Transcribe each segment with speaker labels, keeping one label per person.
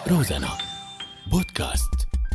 Speaker 1: روزانا بودكاست.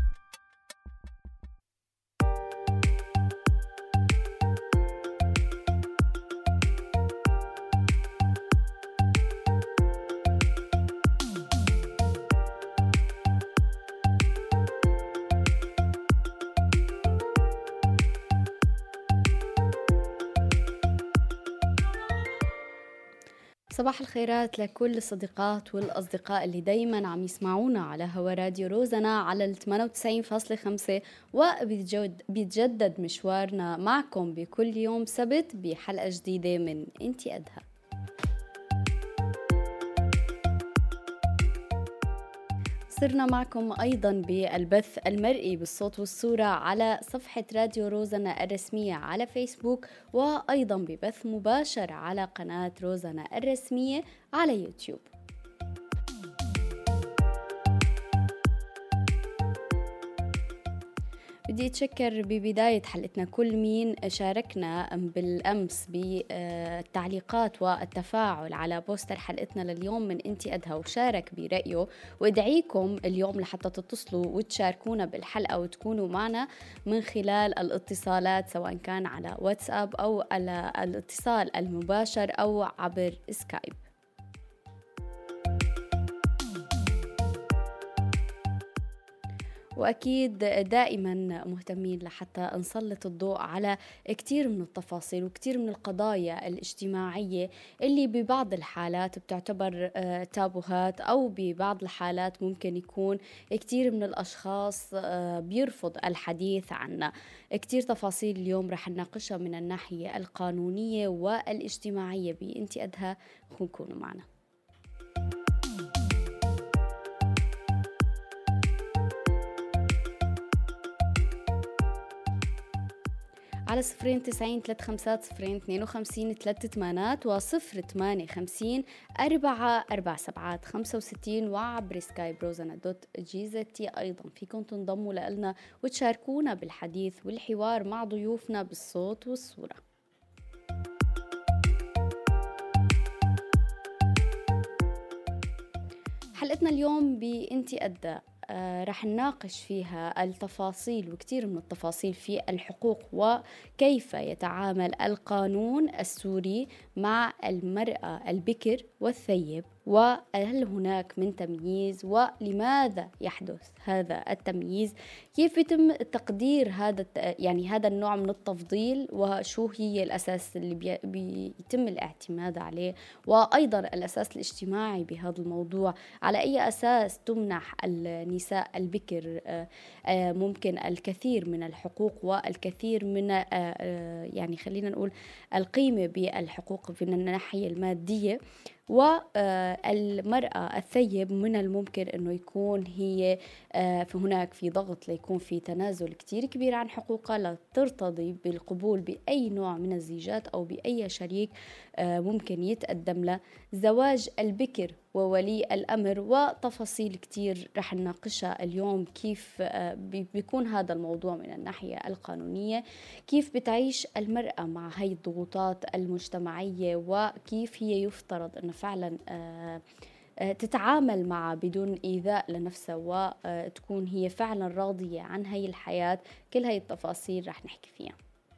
Speaker 2: صباح الخيرات لكل الصديقات والأصدقاء اللي دايما عم يسمعونا على هوا راديو روزانا على 98.5. وبيتجدد مشوارنا معكم بكل يوم سبت بحلقة جديدة من انتي أدهى. صرنا معكم أيضا بالبث المرئي بالصوت والصورة على صفحة راديو روزانا الرسمية على فيسبوك، وأيضا ببث مباشر على قناة روزانا الرسمية على يوتيوب. بدي أتشكر ببداية حلقتنا كل مين شاركنا بالأمس بالتعليقات والتفاعل على بوستر حلقتنا لليوم من انتي أدهى وشارك برأيه، وادعيكم اليوم لحتى تتصلوا وتشاركونا بالحلقة وتكونوا معنا من خلال الاتصالات، سواء كان على واتساب أو على الاتصال المباشر أو عبر سكايب. وأكيد دائما مهتمين لحتى نسلط الضوء على كتير من التفاصيل وكتير من القضايا الاجتماعية اللي ببعض الحالات بتعتبر تابوهات، أو ببعض الحالات ممكن يكون كتير من الأشخاص بيرفض الحديث عنها. كتير تفاصيل اليوم رح نناقشها من الناحية القانونية والاجتماعية بإنتي أدهى، كونوا معنا. على 090-35-052-58 و0-850-447-65 وعبر سكايب روزانا.gzt. أيضا فيكم تنضموا لنا وتشاركونا بالحديث والحوار مع ضيوفنا بالصوت والصورة. حلقتنا اليوم بإنتي أدهى رح نناقش فيها التفاصيل وكتير من التفاصيل في الحقوق، وكيف يتعامل القانون السوري مع المرأة البكر والثيب، وهل هناك من تمييز، ولماذا يحدث هذا التمييز، كيف يتم تقدير هذا النوع من التفضيل، وشو هي الأساس اللي بيتم الاعتماد عليه، وأيضا الأساس الاجتماعي بهذا الموضوع، على أي أساس تمنح النساء البكر ممكن الكثير من الحقوق والكثير من خلينا نقول القيمة بالحقوق من الناحية المادية، والمرأة الثيب من الممكن أنه يكون هي هناك في ضغط ليكون في تنازل كتير كبير عن حقوقها، لا ترتضي بالقبول بأي نوع من الزيجات أو بأي شريك ممكن يتقدم له. زواج البكر وولي الأمر وتفاصيل كتير رح نناقشها اليوم، كيف بيكون هذا الموضوع من الناحية القانونية، كيف بتعيش المرأة مع هاي الضغوطات المجتمعية، وكيف هي يفترض أنه فعلا تتعامل معها بدون إيذاء لنفسها، وتكون هي فعلا راضية عن هاي الحياة. كل هاي التفاصيل رح نحكي فيها.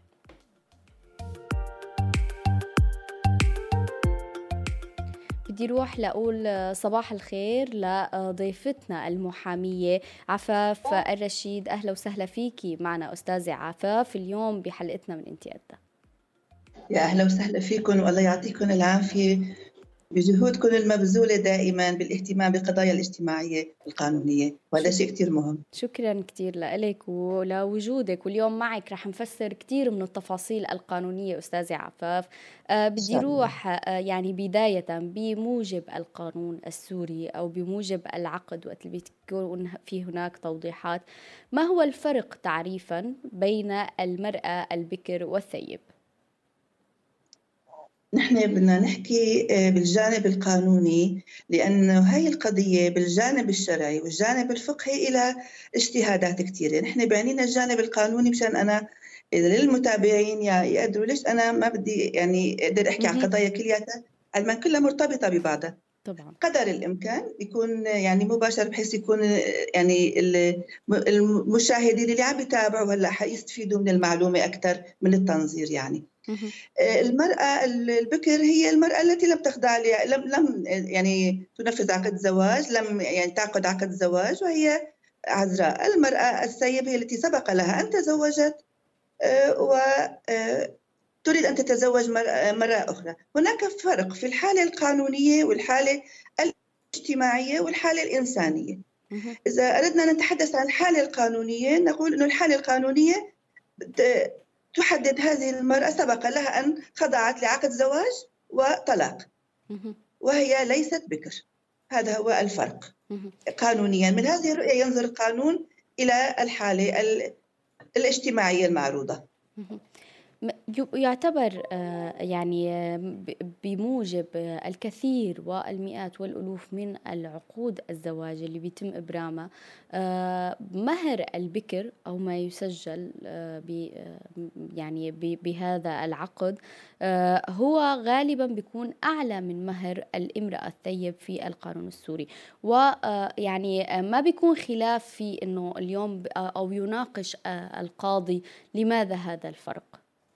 Speaker 2: بدي روح لأقول صباح الخير لضيفتنا المحامية عفاف الرشيد. أهلا وسهلا فيكي معنا أستاذة عفاف اليوم بحلقتنا من انتي أدهى.
Speaker 3: يا أهلا وسهلا فيكم، والله يعطيكم العافية بجهودكم المبذولة دائما بالاهتمام بالقضايا الاجتماعية القانونية، وهذا شيء كتير مهم.
Speaker 2: شكرا كتير لك ولوجودك، واليوم معك رح نفسر كتير من التفاصيل القانونية أستاذة عفاف. بدي روح بداية بموجب القانون السوري أو بموجب العقد، وقت اللي بتكون في هناك توضيحات، ما هو الفرق تعريفا بين المرأة البكر والثيب؟
Speaker 3: نحن بدنا نحكي بالجانب القانوني، لأنه هاي القضية بالجانب الشرعي والجانب الفقهي إلى اجتهادات كثيرة. نحن بعنينا الجانب القانوني مشان أنا للمتابعين يقدروا ليش أنا ما بدي أقدر أحكي عن قضايا كلياتها علما كلها مرتبطة ببعضها.
Speaker 2: طبعا.
Speaker 3: قدر الإمكان يكون يعني مباشر، بحيث يكون يعني المشاهدين اللي عم يتابعوا هلا حيستفيدوا من المعلومة أكثر من التنظير يعني. المرأة البكر هي المرأة التي لم تخضع لم يعني تنفذ عقد زواج، لم يعني تعقد عقد زواج، وهي عذراء. المرأة السيب هي التي سبق لها أن تزوجت وتريد أن تتزوج مرة أخرى. هناك فرق في الحالة القانونية والحالة الاجتماعية والحالة الإنسانية. إذا أردنا أن نتحدث عن الحالة القانونية، نقول أن الحالة القانونية تحدد هذه المرأة سبق لها أن خضعت لعقد زواج وطلاق، وهي ليست بكر. هذا هو الفرق قانونيا. من هذه الرؤية ينظر القانون إلى الحالة الاجتماعية المعروضة.
Speaker 2: يعتبر يعني بموجب الكثير والمئات والألوف من العقود الزواج اللي بيتم إبرامها، مهر البكر أو ما يسجل يعني بهذا العقد هو غالبا بيكون أعلى من مهر الامرأة الثيب في القانون السوري. ويعني ما بيكون خلاف في أنه اليوم أو يناقش القاضي لماذا هذا الفرق.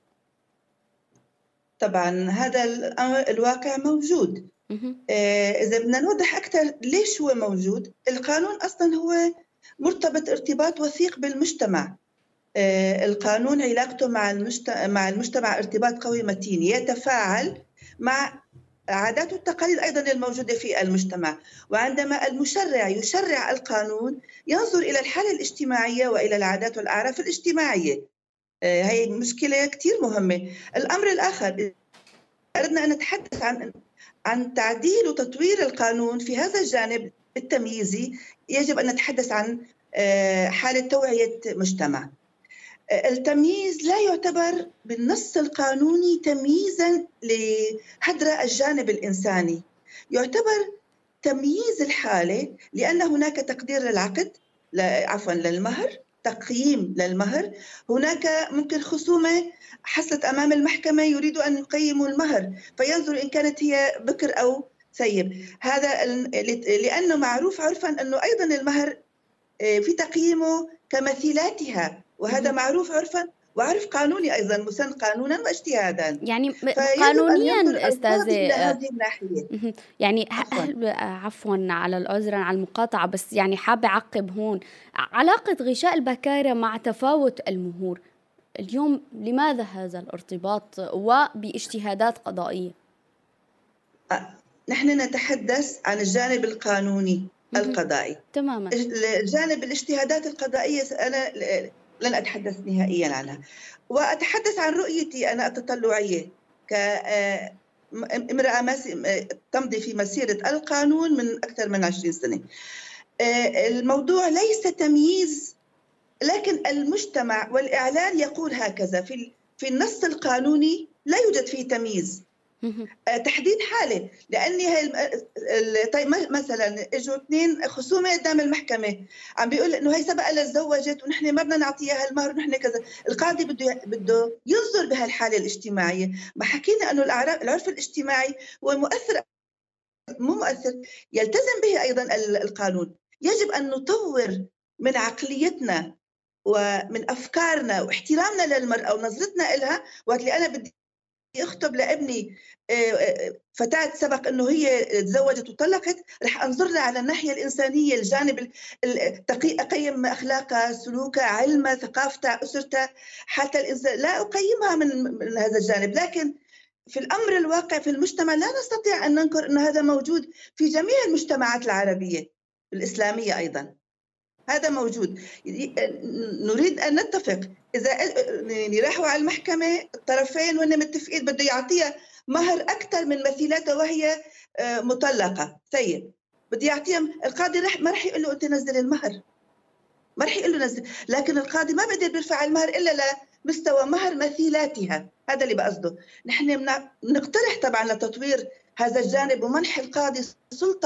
Speaker 3: طبعا هذا الواقع موجود. إذا بدنا نوضح أكثر ليش هو موجود، القانون أصلا هو مرتبط ارتباط وثيق بالمجتمع. القانون علاقته مع المجتمع ارتباط قوي متين، يتفاعل مع عادات والتقاليد أيضا الموجودة في المجتمع. وعندما المشرع يشرع القانون ينظر إلى الحالة الاجتماعية وإلى العادات والأعراف الاجتماعية. هي مشكلة كتير مهمة. الأمر الآخر، أردنا أن نتحدث عن تعديل وتطوير القانون في هذا الجانب التمييزي، يجب أن نتحدث عن حالة توعية مجتمع. التمييز لا يعتبر بالنص القانوني تمييزا لهدر الجانب الإنساني، يعتبر تمييز الحالة لأن هناك تقدير للعقد، للمهر، تقييم للمهر. هناك ممكن خصومة حصلت أمام المحكمة يريدوا أن يقيموا المهر، فينظر إن كانت هي بكر أو ثيب. هذا لأنه معروف عرفا أنه أيضا المهر في تقييمه كمثيلاتها، وهذا معروف عرفا وعرف قانوني أيضا، مسن قانونا واجتهادا.
Speaker 2: يعني قانونيا أستاذة
Speaker 3: هذه الناحية
Speaker 2: يعني عفوا على العذر على المقاطعة، بس يعني حابة أعقب هون علاقة غشاء البكارة مع تفاوت المهور اليوم. لماذا هذا الارتباط وباجتهادات قضائية؟
Speaker 3: نحن نتحدث عن الجانب القانوني القضائي
Speaker 2: تماما.
Speaker 3: الجانب الاجتهادات القضائية أنا لن أتحدث نهائيا عنها، وأتحدث عن رؤيتي أنا التطلعية كامرأة تمضي في مسيرة القانون من أكثر من 20 سنة. الموضوع ليس تمييز، لكن المجتمع والإعلان يقول هكذا. في النص القانوني لا يوجد فيه تمييز، تحديد حالة. لأني طيب مثلا اجوا اثنين خصومة قدام المحكمة عم بيقول إنه هي سبق لها تزوجت ونحن ما بدنا نعطيها المهر ونحن كذا. القاضي بده ينظر بهالحالة الاجتماعية. ما حكينا إنه العرف الاجتماعي هو مؤثر مو مؤثر، يلتزم به أيضا القانون. يجب أن نطور من عقليتنا ومن أفكارنا واحترامنا للمرأة ونظرتنا إلها. وقت اللي أنا بدي أخطب لابني فتاة سبق أنه هي تزوجت وطلقت، رح أنظر على الناحية الإنسانية، الجانب أقيم أخلاقها، سلوكها، علمها، ثقافتها، أسرتها، حتى الإنسان لا أقيمها من هذا الجانب. لكن في الأمر الواقع في المجتمع لا نستطيع أن ننكر أن هذا موجود في جميع المجتمعات العربية الإسلامية أيضا. هذا موجود. نريد أن نتفق إذا راحوا على المحكمة الطرفين وهن متفقين بده يعطيها مهر أكثر من مثيلاتها وهي مطلقة ثيب، بده يعطيها القاضي ما رح يقول له أنت نزل المهر، ما رح يقول له نزل. لكن القاضي ما بده يرفع المهر إلا لمستوى مهر مثيلاتها. هذا اللي بقصده. نحن نقترح طبعا لتطوير هذا الجانب ومنح القاضي سلطة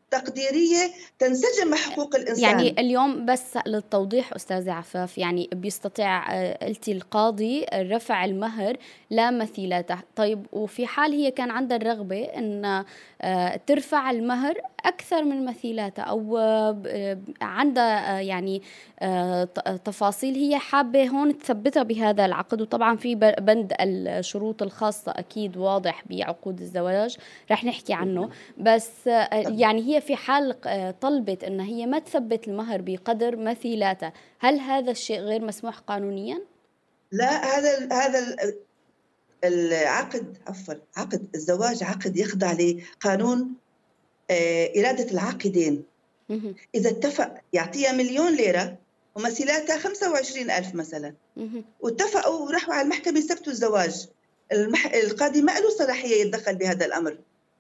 Speaker 3: تقديرية تنسجم مع حقوق الإنسان.
Speaker 2: يعني اليوم بس للتوضيح أستاذة عفاف، يعني بيستطيع قلتي القاضي رفع المهر لا مثيلته. طيب وفي حال هي كان عندها الرغبة أن ترفع المهر أكثر من مثيلاته، أو عندها يعني تفاصيل هي حابة هون تثبتها بهذا العقد، وطبعا في بند الشروط الخاصة أكيد واضح بعقود الزواج رح نحكي عنه، بس يعني هي في حال طلبت أن هي ما تثبت المهر بقدر مثيلاته، هل هذا الشيء غير مسموح قانونيا؟
Speaker 3: لا، هذا العقد، عفوا، عقد الزواج عقد يخضع لقانون إرادة العاقدين. إذا اتفق يعطيها 1,000,000 ليرة ومثيلاتها 25,000 مثلا، واتفقوا وراحوا على المحكمة يثبتوا الزواج، القاضي ما له صلاحية يتدخل بهذا الأمر.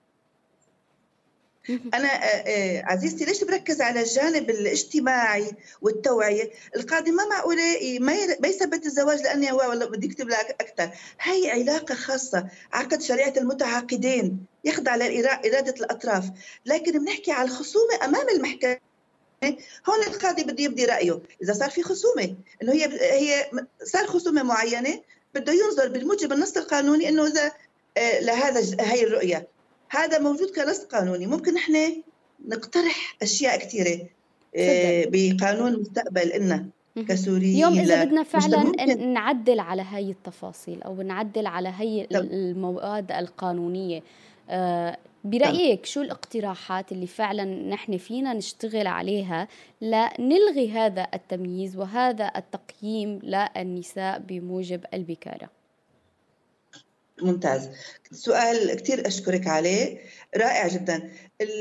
Speaker 3: أنا عزيزتي ليش بركز على الجانب الاجتماعي والتوعية؟ القاضي ما معقولة ما يثبت الزواج لأني هو والله بدي أكتب لك أكثر. هي علاقة خاصة، عقد شريعة المتعاقدين يخضع لإرادة الأطراف، لكن بنحكي على الخصومة أمام المحكمة. هون القاضي بده يبدي رأيه إذا صار في خصومة، إنه هي صار خصومة معينة، بده ينظر بالموجب النص القانوني إنه إذا هاي الرؤية هذا موجود كنص قانوني. ممكن احنا نقترح اشياء كثيره بقانون المستقبل إلنا كسوريين.
Speaker 2: اليوم اذا بدنا فعلا نعدل على هاي التفاصيل او نعدل على هاي المواد القانونيه، برأيك شو الاقتراحات اللي فعلا نحن فينا نشتغل عليها لنلغي هذا التمييز وهذا التقييم للنساء بموجب البكارة؟
Speaker 3: ممتاز، سؤال كتير أشكرك عليه، رائع جدا.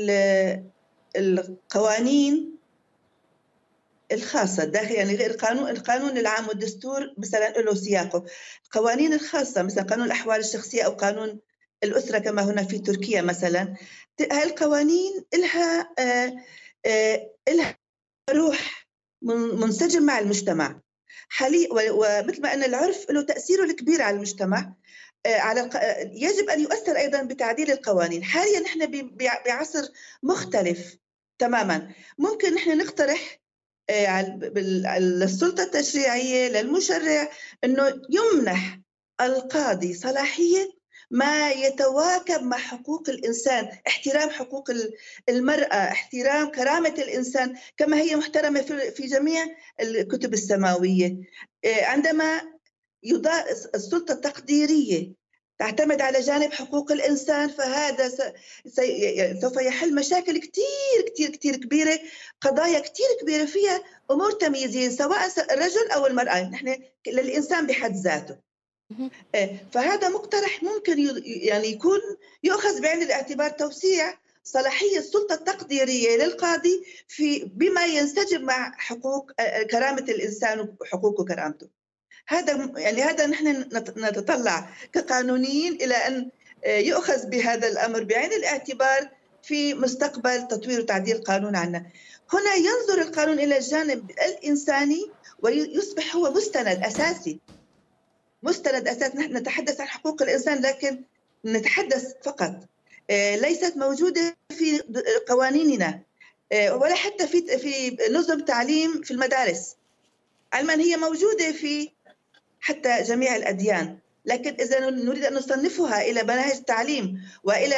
Speaker 3: القوانين الخاصة الداخل، يعني غير القانون العام والدستور مثلا له سياقه، القوانين الخاصة مثلا قانون الأحوال الشخصية أو قانون الأسرة كما هنا في تركيا مثلا، هاي القوانين إلها روح منسجم مع المجتمع حاليا، ومثل ما أن العرف له تأثيره الكبير على المجتمع، يجب أن يؤثر أيضا بتعديل القوانين. حاليا نحن بعصر مختلف تماما، ممكن نحن نقترح السلطة التشريعية للمشرع أنه يمنح القاضي صلاحية ما يتواكب مع حقوق الإنسان، احترام حقوق المرأة، احترام كرامة الإنسان كما هي محترمة في جميع الكتب السماوية. عندما السلطة التقديرية تعتمد على جانب حقوق الإنسان، فهذا سوف يحل مشاكل كتير كتير كتير كبيرة، قضايا كتير كبيرة فيها أمور تمييزين سواء الرجل أو المرأة، نحن للإنسان بحد ذاته. فهذا مقترح ممكن يعني يكون يؤخذ بعين الاعتبار توسيع صلاحية السلطة التقديرية للقاضي بما ينسجم مع حقوق كرامة الإنسان وحقوقه وكرامته. هذا نحن نتطلع كقانونيين إلى أن يؤخذ بهذا الأمر بعين الاعتبار في مستقبل تطوير وتعديل القانون عنا. هنا ينظر القانون إلى الجانب الإنساني ويصبح هو مستند أساسي. نحن نتحدث عن حقوق الإنسان، لكن نتحدث فقط ليست موجودة في قوانيننا ولا حتى في نظم تعليم في المدارس، علما هي موجودة في حتى جميع الأديان، لكن إذا نريد أن نصنفها إلى مناهج التعليم وإلى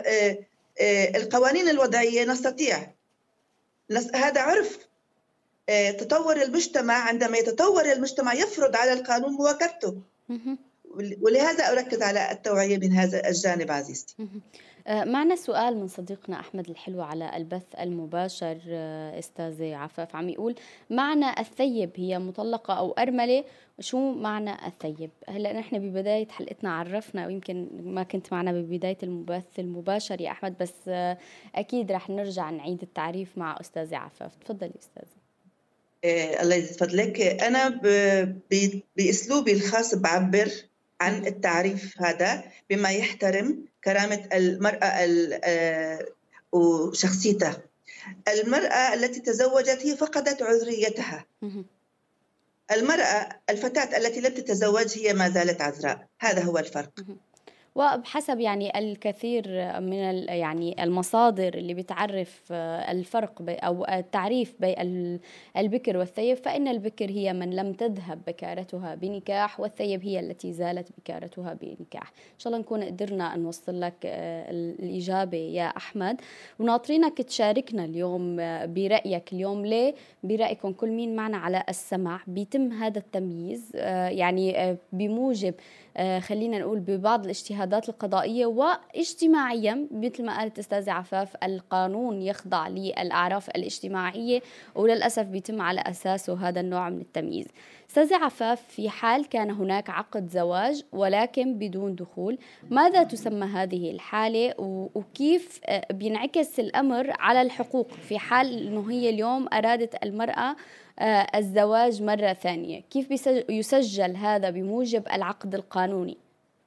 Speaker 3: القوانين الوضعية نستطيع. هذا عرف تطور المجتمع، عندما يتطور المجتمع يفرض على القانون مواكبته، ولهذا أركز على التوعية من هذا الجانب عزيزتي.
Speaker 2: معنا سؤال من صديقنا أحمد الحلو على البث المباشر. أستاذة عفاف عم يقول معنى الثيب هي مطلقة أو أرملة، شو معنى الثيب؟ هلأ نحن ببداية حلقتنا عرفنا، ويمكن ما كنت معنا ببداية البث المباشر يا أحمد، بس أكيد رح نرجع نعيد التعريف مع أستاذة عفاف. تفضلي أستاذة.
Speaker 3: الله يزيد فضلك. أنا بأسلوبي الخاص بعبر عن التعريف هذا بما يحترم كرامة المرأة وشخصيتها. المرأة التي تزوجت هي فقدت عذريتها. المرأة الفتاة التي لم تتزوج هي ما زالت عذراء، هذا هو الفرق.
Speaker 2: وبحسب يعني الكثير من يعني المصادر اللي بتعرف الفرق أو التعريف بين البكر والثيب، فإن البكر هي من لم تذهب بكارتها بنكاح، والثيب هي التي زالت بكارتها بنكاح. إن شاء الله نكون قدرنا أن نوصل لك الإجابة يا أحمد، وناطرينك تشاركنا اليوم برأيك. اليوم ليه برأيكم كل مين معنا على السمع بيتم هذا التمييز يعني بموجب خلينا نقول ببعض الاجتهادات القضائية، واجتماعيا مثل ما قالت أستاذة عفاف القانون يخضع للأعراف الاجتماعية، وللأسف بيتم على أساسه هذا النوع من التمييز. أستاذة عفاف، في حال كان هناك عقد زواج ولكن بدون دخول، ماذا تسمى هذه الحالة وكيف بينعكس الأمر على الحقوق في حال أنه هي اليوم أرادت المرأة الزواج مرة ثانية؟ كيف يسجل هذا بموجب العقد القانوني؟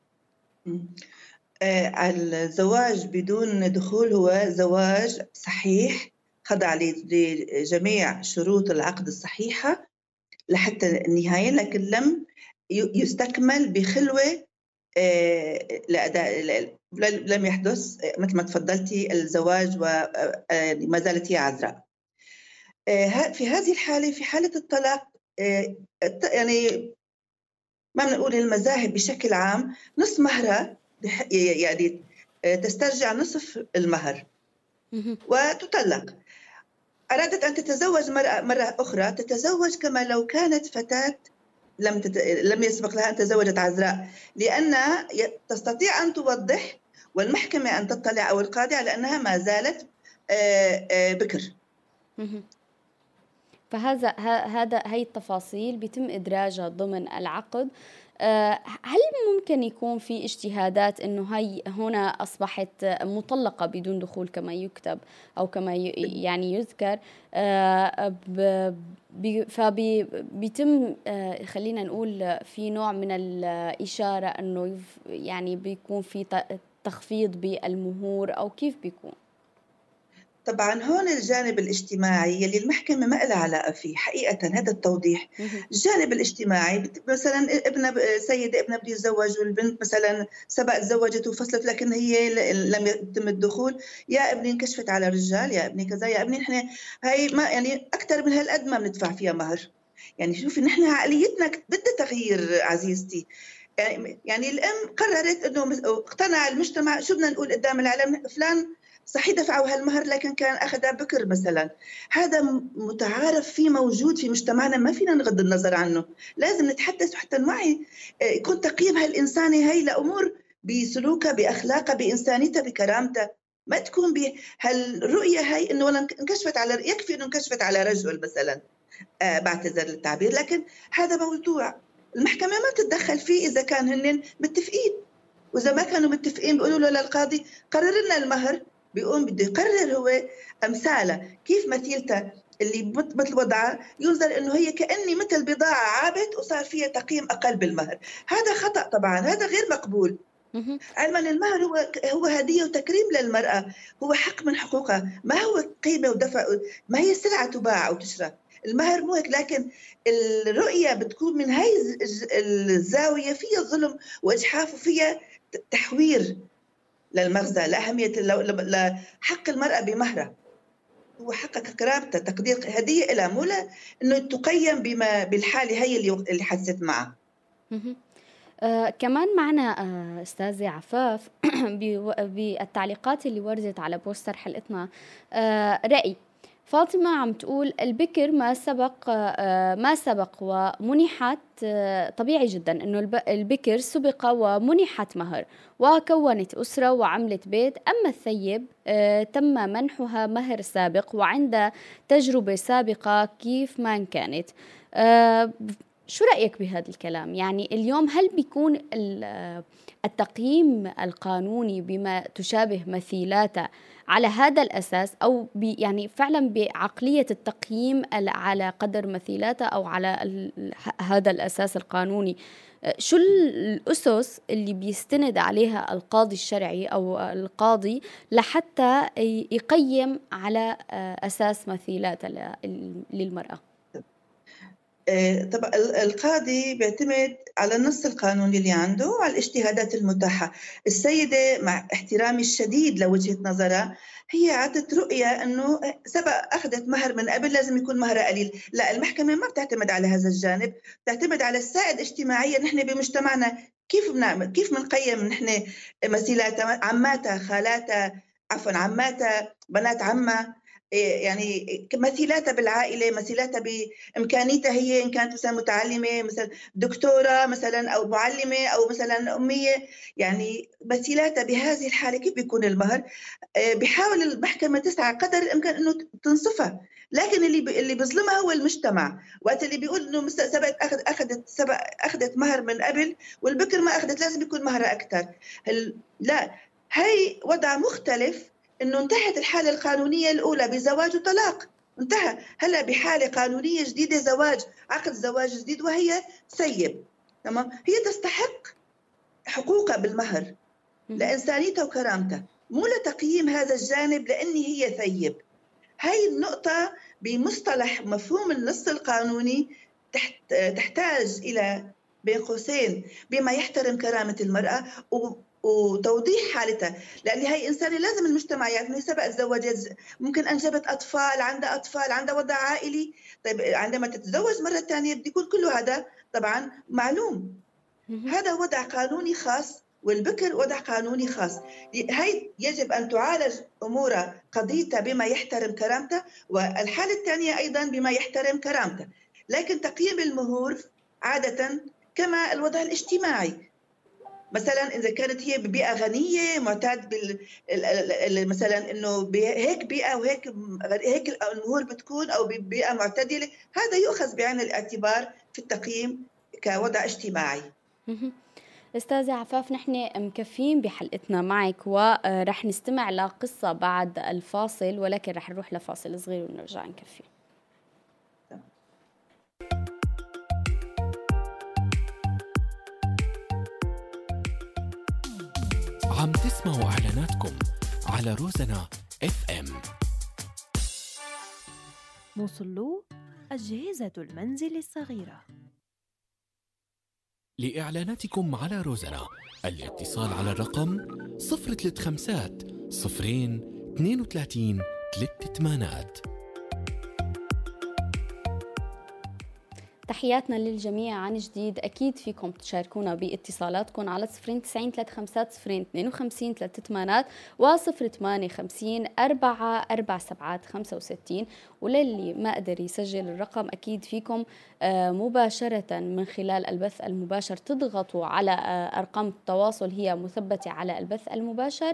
Speaker 3: الزواج بدون دخول هو زواج صحيح خضع لجميع شروط العقد الصحيحة لحتى النهاية، لكن لم يستكمل بخلوة لم يحدث مثل ما تفضلتي الزواج وما زالت هي عذراء. في هذه الحالة، في حالة الطلاق، يعني ما بنقول المذاهب بشكل عام نصف مهرها يعني تسترجع نصف المهر وتطلق. أرادت أن تتزوج مرة أخرى، تتزوج كما لو كانت فتاة لم يسبق لها أن تزوجت عذراء، لأنها تستطيع أن توضح والمحكمة أن تطلع أو القاضي على أنها ما زالت بكر.
Speaker 2: هاي التفاصيل بيتم إدراجها ضمن العقد. هل ممكن يكون في اجتهادات إنه هي هنا أصبحت مطلقة بدون دخول كما يكتب أو كما يعني يذكر، فبيتم خلينا نقول في نوع من الإشارة إنه يعني بيكون في تخفيض بالمهور، أو كيف بيكون؟
Speaker 3: طبعا هون الجانب الاجتماعي يلي المحكمة ما لها علاقة فيه حقيقة، هذا التوضيح. الجانب الاجتماعي مثلا سيدة ابنها بده يتزوج والبنت مثلا سبق تزوجت وفصلت لكن هي لم يتم الدخول، يا ابني انكشفت على رجال، يا ابني كذا، يا ابني نحن هاي ما يعني أكثر من هالقد ما بندفع فيها مهر. يعني شوفي نحن عقليتنا بدها تغيير عزيزتي. يعني الأم قررت إنه اقتنع المجتمع، شو بدنا نقول قدام العالم، فلان صحيح دفعوا هالمهر لكن كان أخذها بكر مثلا. هذا متعارف فيه، موجود في مجتمعنا، ما فينا نغض النظر عنه، لازم نتحدث حتى نوعي يكون تقييم هالإنسانة هي لأمور بسلوكها، بأخلاقها، بإنسانيتها، بكرامتها، ما تكون بهالرؤية هي إنه والله انكشفت على، يكفي إنه انكشفت على رجل مثلا، بعتذر للتعبير، لكن هذا موضوع المحكمة ما تتدخل فيه إذا كان هن متفقين، وإذا ما كانوا متفقين بيقولوا له للقاضي قرر لنا المهر، بيقوم بده يقرر هو أمثالة كيف مثيلته اللي مثل وضعها ينظر إنه هي كأني مثل بضاعة عابت وصار فيها تقييم أقل بالمهر. هذا خطأ طبعا، هذا غير مقبول. علما المهر هو هدية وتكريم للمرأة، هو حق من حقوقها، ما هو قيمة ودفع، ما هي سلعة تباع أو تشرى. المهر مو هيك، لكن الرؤية بتكون من هاي الزاوية، فيها ظلم وإجحاف وفيها تحوير للمغزى، لأهمية لحق المرأة بمهرها، هو حقك كرامتها، تقدير هدية إلها، مو إنه تقيم بما بالحالة هي اللي حست معها.
Speaker 2: كمان معنا أستاذة عفاف بالتعليقات اللي وردت على بوستر حلقتنا رأي فاطمة عم تقول البكر ما سبق ومنحت، طبيعي جدا أنه البكر سبق ومنحت مهر وكونت أسرة وعملت بيت، أما الثيب تم منحها مهر سابق وعند تجربة سابقة كيف ما كانت. شو رأيك بهذا الكلام؟ يعني اليوم هل بيكون التقييم القانوني بما تشابه مثيلاته على هذا الأساس، أو يعني فعلا بعقلية التقييم على قدر مثيلاته أو على هذا الأساس القانوني؟ شو الأسس اللي بيستند عليها القاضي الشرعي أو القاضي لحتى يقيم على أساس مثيلاته للمرأة؟
Speaker 3: طبعا القاضي بيعتمد على النص القانوني اللي عنده وعلى الاجتهادات المتاحة. السيدة مع احترامي الشديد لوجهة نظرها هي عطت رؤية أنه سبق أخذت مهر من قبل لازم يكون مهرها قليل. لا، المحكمة ما بتعتمد على هذا الجانب، بتعتمد على السائد اجتماعيا. نحن بمجتمعنا كيف بنعمل، كيف بنقيم نحن مثيلاتها، عماتها، خالاتها، عفوا عماتها، بنات عمها، يعني مثيلاتها بالعائلة، مثيلاتها بإمكانيتها هي، إن كانت مثلا متعلمة مثلا دكتورة مثلا أو معلمة أو مثلا أمية، يعني مثيلاتها بهذه الحالة كيف بيكون المهر؟ بيحاول المحكمة تسعى قدر الإمكان إنه تنصفها، لكن اللي بيظلمها هو المجتمع. وقت اللي بيقول إنه سبق أخذت مهر من قبل والبكر ما أخذت لازم يكون مهرها أكثر. لا، هي وضع مختلف، إنه انتهت الحالة القانونية الأولى بزواج وطلاق، انتهى. هلا بحالة قانونية جديدة، زواج، عقد زواج جديد، وهي ثيب. تمام، هي تستحق حقوقها بالمهر لإنسانيتها وكرامتها، مو لتقييم هذا الجانب لأني هي ثيب. هاي النقطة بمصطلح مفهوم النص القانوني تحتاج إلى بين قوسين بما يحترم كرامة المرأة وتوضيح حالتها، لأن هي إنسانة لازم المجتمع يعرف إنه سبق تزوجت، ممكن أنجبت أطفال، عندها وضع عائلي. طيب عندما تتزوج مرة ثانية بدي يكون كله هذا طبعا معلوم. هذا وضع قانوني خاص، والبكر وضع قانوني خاص. هاي يجب أن تعالج أمورها، قضيتها بما يحترم كرامتها، والحالة الثانية أيضا بما يحترم كرامتها. لكن تقييم المهور عادة كما الوضع الاجتماعي، مثلا إذا كانت هي ببيئة غنية معتاد مثلا إنه بهيك بيئة وهيك هيك المهور بتكون، أو ببيئة معتدلة، هذا يؤخذ بعين الاعتبار في التقييم كوضع اجتماعي.
Speaker 2: أستاذة عفاف، نحن مكفين بحلقتنا معك ورح نستمع لقصة بعد الفاصل، ولكن رح نروح لفاصل صغير ونرجع نكفي.
Speaker 1: عم تسمعوا إعلاناتكم على روزنا FM.
Speaker 4: موصلو أجهزة المنزل الصغيرة.
Speaker 1: لإعلاناتكم على روزنا الاتصال على الرقم 035 032 38.
Speaker 2: تحياتنا للجميع عن جديد. أكيد فيكم تشاركونا باتصالاتكم على 090 350 52 38 و058 447 65. وللي ما قدر يسجل الرقم أكيد فيكم مباشرة من خلال البث المباشر تضغطوا على أرقام التواصل هي مثبتة على البث المباشر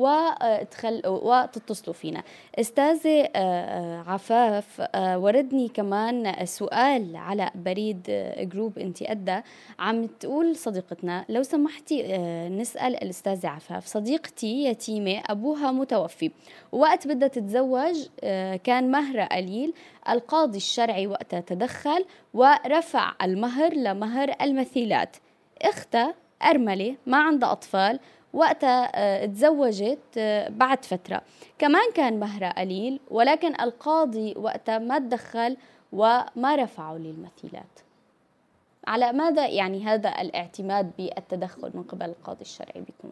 Speaker 2: وتتصلوا فينا. أستاذة عفاف، وردني كمان سؤال على بريد جروب انتي أدى. عم تقول صديقتنا لو سمحتي نسأل الأستاذة عفاف، صديقتي يتيمة أبوها متوفي، وقت بدها تتزوج كان مهرها قليل. القاضي الشرعي وقتها تدخل ورفع المهر لمهر المثيلات. اختها أرملة ما عندها أطفال، وقتها تزوجت بعد فترة كمان كان مهرها قليل، ولكن القاضي وقتها ما تدخل وما رفعوا للمثيلات. على ماذا يعني هذا الاعتماد بالتدخل من قبل القاضي الشرعي بيكون؟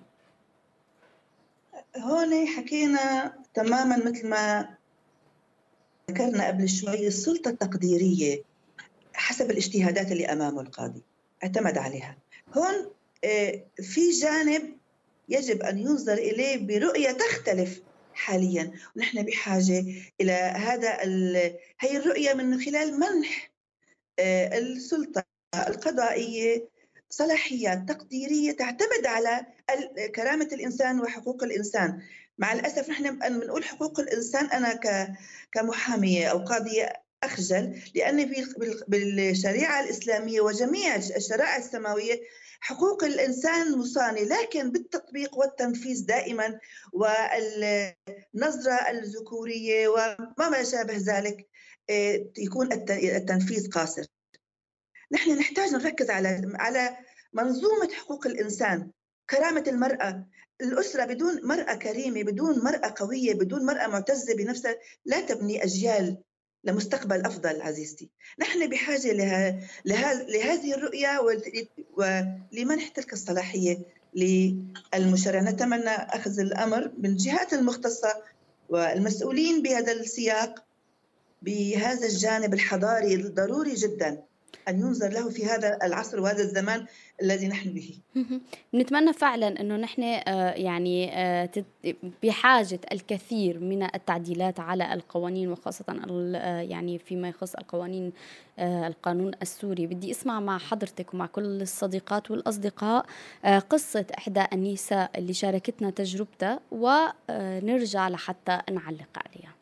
Speaker 3: هون حكينا تماما مثل ما ذكرنا قبل شوي، السلطة التقديرية حسب الاجتهادات اللي أمامه القاضي اعتمد عليها. هون في جانب يجب أن ينظر إليه برؤية تختلف حاليا، ونحن بحاجة إلى هي الرؤية من خلال منح السلطة القضائية صلاحيات تقديرية تعتمد على كرامة الإنسان وحقوق الإنسان. مع الأسف نحن بنقول حقوق الإنسان، أنا كمحامية أو قاضية أخجل، لأن بالشريعة الإسلامية وجميع الشرائع السماوية حقوق الإنسان مصانة، لكن بالتطبيق والتنفيذ دائما والنظرة الذكورية وما شابه ذلك يكون التنفيذ قاصر. نحن نحتاج نركز على منظومة حقوق الإنسان، كرامة المرأة. الأسرة بدون مرأة كريمة، بدون مرأة قوية، بدون مرأة معتزة بنفسها لا تبني أجيال لمستقبل أفضل عزيزتي. نحن بحاجة لهذه الرؤية ولمنح تلك الصلاحية للمشرع. نتمنى أخذ الأمر من الجهات المختصة والمسؤولين بهذا السياق بهذا الجانب الحضاري الضروري جدا أن ينظر له في هذا العصر وهذا الزمان الذي نحن به.
Speaker 2: نتمنى فعلا أنه نحن يعني بحاجة الكثير من التعديلات على القوانين، وخاصة يعني فيما يخص القانون السوري. بدي أسمع مع حضرتك ومع كل الصديقات والأصدقاء قصة إحدى النساء اللي شاركتنا تجربتها ونرجع لحتى نعلق عليها.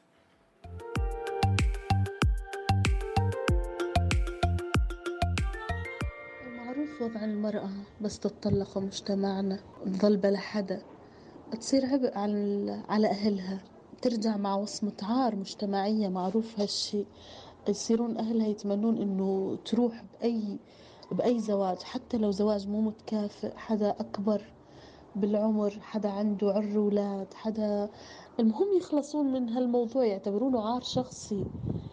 Speaker 5: وضع المرأة بس تتطلق مجتمعنا تظل بلا حدا، تصير عبء على أهلها، ترجع مع وصمة عار مجتمعية. معروف هالشي، يصيرون أهلها يتمنون إنه تروح بأي زواج، حتى لو زواج مو متكافئ، حدا أكبر بالعمر، حدا عنده أولاد، حدا المهم يخلصون من هالموضوع، يعتبرونه عار شخصي.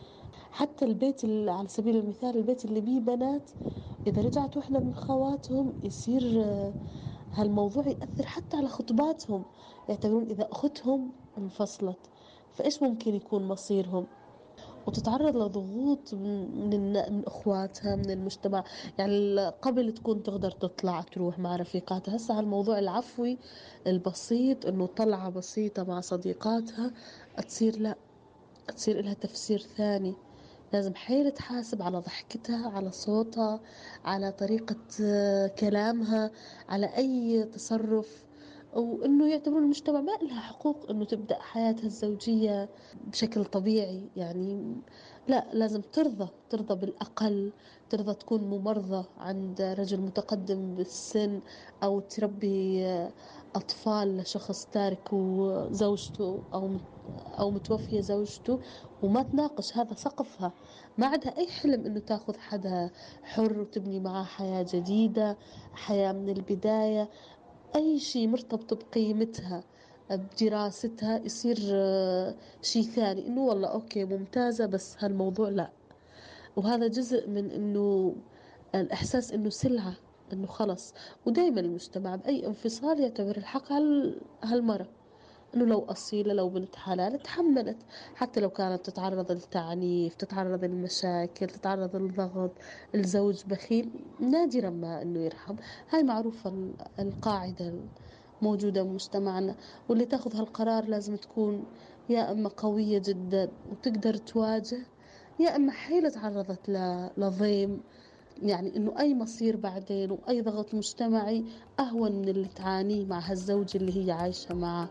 Speaker 5: حتى البيت على سبيل المثال البيت اللي بيه بنات، إذا رجعت وحدة من خواتهم يصير هالموضوع يأثر حتى على خطباتهم، يعتبرون إذا أختهم انفصلت فإيش ممكن يكون مصيرهم، وتتعرض لضغوط من أخواتها من المجتمع. يعني قبل تكون تقدر تطلع تروح مع رفيقاتها، هسه هالموضوع العفوي البسيط إنه طلعة بسيطة مع صديقاتها تصير لها تفسير ثاني. لازم حيل تحاسب على ضحكتها، على صوتها، على طريقة كلامها، على أي تصرف، وإنه يعتبرون المجتمع ما لها حقوق إنه تبدأ حياتها الزوجية بشكل طبيعي. يعني لا، لازم ترضى بالأقل، ترضى تكون ممرضة عند رجل متقدم بالسن، أو تربي أطفال لشخص تارك زوجته أو متوفية زوجته، وما تناقش هذا سقفها. ما عندها أي حلم إنه تأخذ حدا حر وتبني معاه حياة جديدة، حياة من البداية. أي شيء مرتبط بقيمتها بدراستها يصير شيء ثاني، إنه والله أوكي ممتازة بس هالموضوع لا. وهذا جزء من إنه الإحساس إنه سلعة، إنه خلص. ودايما المجتمع بأي انفصال يعتبر الحق هالمرة، إنه لو أصيلة لو بنت حلال تحملت، حتى لو كانت تتعرض للتعنيف، تتعرض للمشاكل، تتعرض للضغط، الزوج بخيل نادرا ما إنه يرحم. هاي معروفة القاعدة موجودة بمجتمعنا. واللي تأخذ هالقرار لازم تكون يا أما قوية جدا وتقدر تواجه، يا أما حيل تعرضت لضيم، يعني إنه أي مصير بعدين وأي ضغط مجتمعي أهون من اللي تعانيه مع هالزوج اللي هي عايشة معه.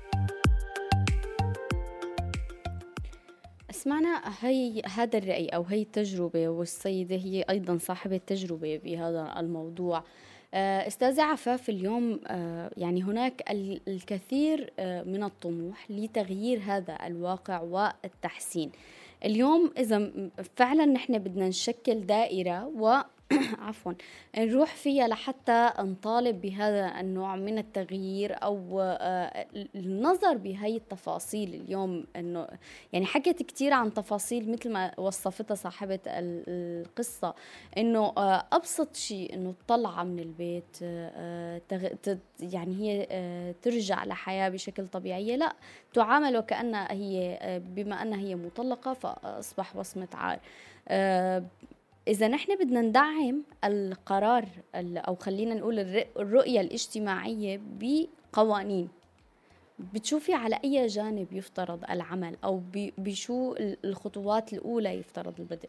Speaker 2: سمعنا هذا الرأي أو هي التجربة، والسيدة هي أيضا صاحبة تجربة بهذا الموضوع. أستاذة عفاف، اليوم يعني هناك الكثير من الطموح لتغيير هذا الواقع والتحسين. اليوم إذا فعلا نحن بدنا نشكل دائرة عفوا نروح فيها لحتى نطالب بهذا النوع من التغيير أو النظر بهاي التفاصيل. اليوم إنه يعني حكت كتير عن تفاصيل مثل ما وصفتها صاحبة القصة، إنه أبسط شيء إنه تطلع من البيت يعني هي ترجع لحياة بشكل طبيعي، لا تعامل وكأنها هي بما أنها هي مطلقة فأصبح وصمة عار. إذا نحن بدنا ندعم القرار أو خلينا نقول الرؤية الاجتماعية بقوانين، بتشوفي على أي جانب يفترض العمل أو بشو الخطوات الأولى يفترض البدء؟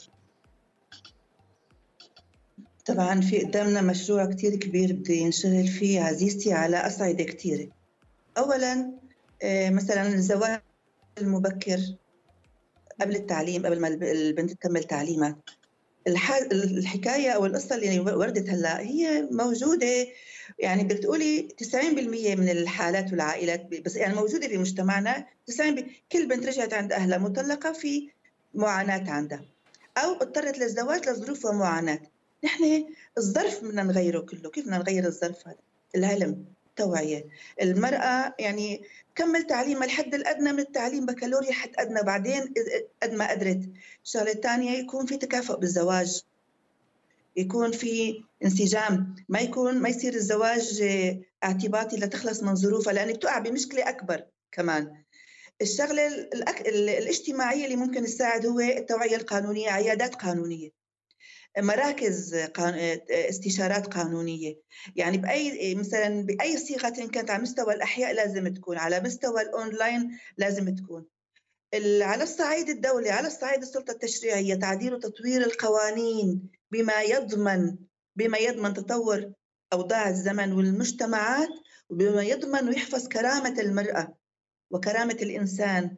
Speaker 3: طبعا في قدامنا مشروع كتير كبير بدي ينشغل فيه عزيزتي على أصعدة كتيرة. أولا مثلا الزواج المبكر قبل التعليم، قبل ما البنت تكمل تعليمها. الحكاية أو القصة اللي وردت هلأ هي موجودة، يعني بدك تقولي 90% من الحالات والعائلات، بس يعني موجودة في مجتمعنا. 90% كل بنت رجعت عند أهلها مطلقة في معاناة عندها، أو اضطرت للزواج لظروف ومعاناة. نحن الظرف بدنا نغيره كله. كيف بدنا نغير الظرف هذا؟ العلم. توعية. المرأة يعني كمل تعليمها الحد الأدنى من التعليم، بكالوريا حد أدنى، بعدين قد ما قدرت. الشغلة الثانية يكون في تكافؤ بالزواج، يكون في انسجام، ما يصير الزواج اعتباطي لتخلص من ظروفها، لأن بتقع بمشكلة أكبر كمان. الشغلة الاجتماعية اللي ممكن تساعد هو التوعية القانونية، عيادات قانونية، مراكز استشارات قانونية، يعني مثلا بأي صيغة كانت، على مستوى الأحياء لازم تكون، على مستوى الأونلاين لازم تكون. على الصعيد الدولي، على الصعيد السلطة التشريعية، تعديل وتطوير القوانين بما يضمن تطور أوضاع الزمن والمجتمعات، وبما يضمن ويحفظ كرامة المرأة وكرامة الإنسان.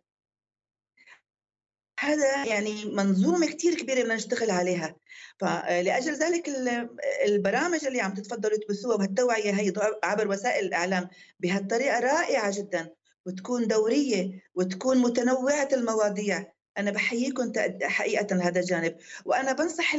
Speaker 3: هذا يعني منظومة كتير كبيرة بدنا نشتغل عليها. فلأجل ذلك البرامج اللي عم تتفضلوا تبثوها وهالتوعية هي عبر وسائل الإعلام بهالطريقة رائعة جدا، وتكون دورية وتكون متنوعة المواضيع. أنا بحييكم حقيقة هذا الجانب. وأنا بنصح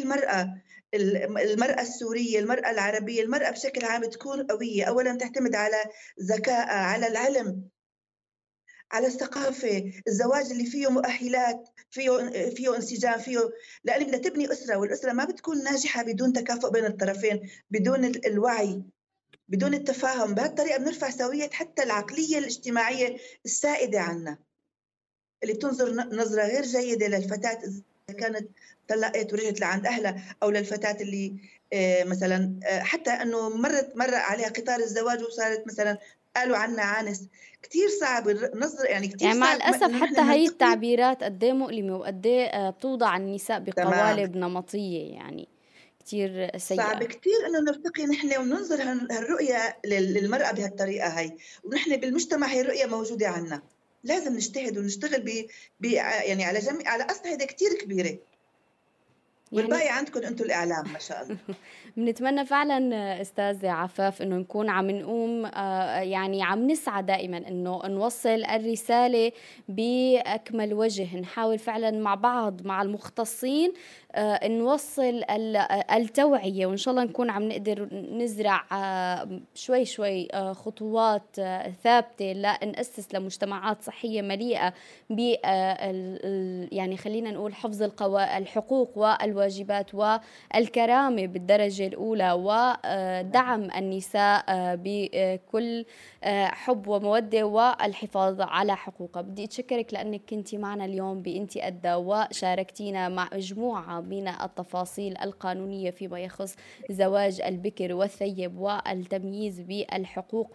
Speaker 3: المرأة السورية، المرأة العربية، المرأة بشكل عام تكون قوية. أولا تعتمد على ذكاء، على العلم، على الثقافة، الزواج اللي فيه مؤهلات، فيه انسجام، لأن بدها تبني أسرة، والأسرة ما بتكون ناجحة بدون تكافؤ بين الطرفين، بدون الوعي، بدون التفاهم. بهالطريقة بنرفع سوية حتى العقلية الاجتماعية السائدة عنا، اللي بتنظر نظرة غير جيدة للفتاة إذا كانت طلقت ورجعت لعند أهلها، أو للفتاة اللي مثلا حتى أنه مر عليها قطار الزواج وصارت مثلا قالوا عنها عانس. كتير صعب النظر، يعني كتير
Speaker 2: يعني مع
Speaker 3: صعب
Speaker 2: الأسف
Speaker 3: إنه
Speaker 2: حتى
Speaker 3: نحن
Speaker 2: هاي
Speaker 3: نلتقي.
Speaker 2: التعبيرات قد ايه مؤلمة وقد ايه بتوضع النساء
Speaker 3: تمام،
Speaker 2: بقوالب نمطية يعني كتير
Speaker 3: صعب
Speaker 2: سيئة.
Speaker 3: كتير إنه نلتقي نحن وننظر هالرؤية للمرأة بهالطريقة هاي، ونحن بالمجتمع هي الرؤية موجودة عنا. لازم نجتهد ونشتغل يعني على أصعدة كتير كبيرة،
Speaker 2: يعني
Speaker 3: والباقي عندكم أنتم الإعلام ما شاء الله.
Speaker 2: بنتمنى فعلا أستاذة عفاف إنه نكون عم نقوم يعني عم نسعى دائما إنه نوصل الرسالة بأكمل وجه، نحاول فعلا مع بعض مع المختصين نوصل التوعية، وإن شاء الله نكون عم نقدر نزرع شوي شوي خطوات ثابتة لنأسس لمجتمعات صحية مليئة ب يعني خلينا نقول حفظ الحقوق والواجبات والكرامة بالدرجة الأولى، ودعم النساء بكل حب ومودة والحفاظ على حقوقها. بدي أتشكرك لأنك كنتي معنا اليوم بإنتي أدى وشاركتينا مع مجموعة من التفاصيل القانونية فيما يخص زواج البكر والثيب والتمييز بالحقوق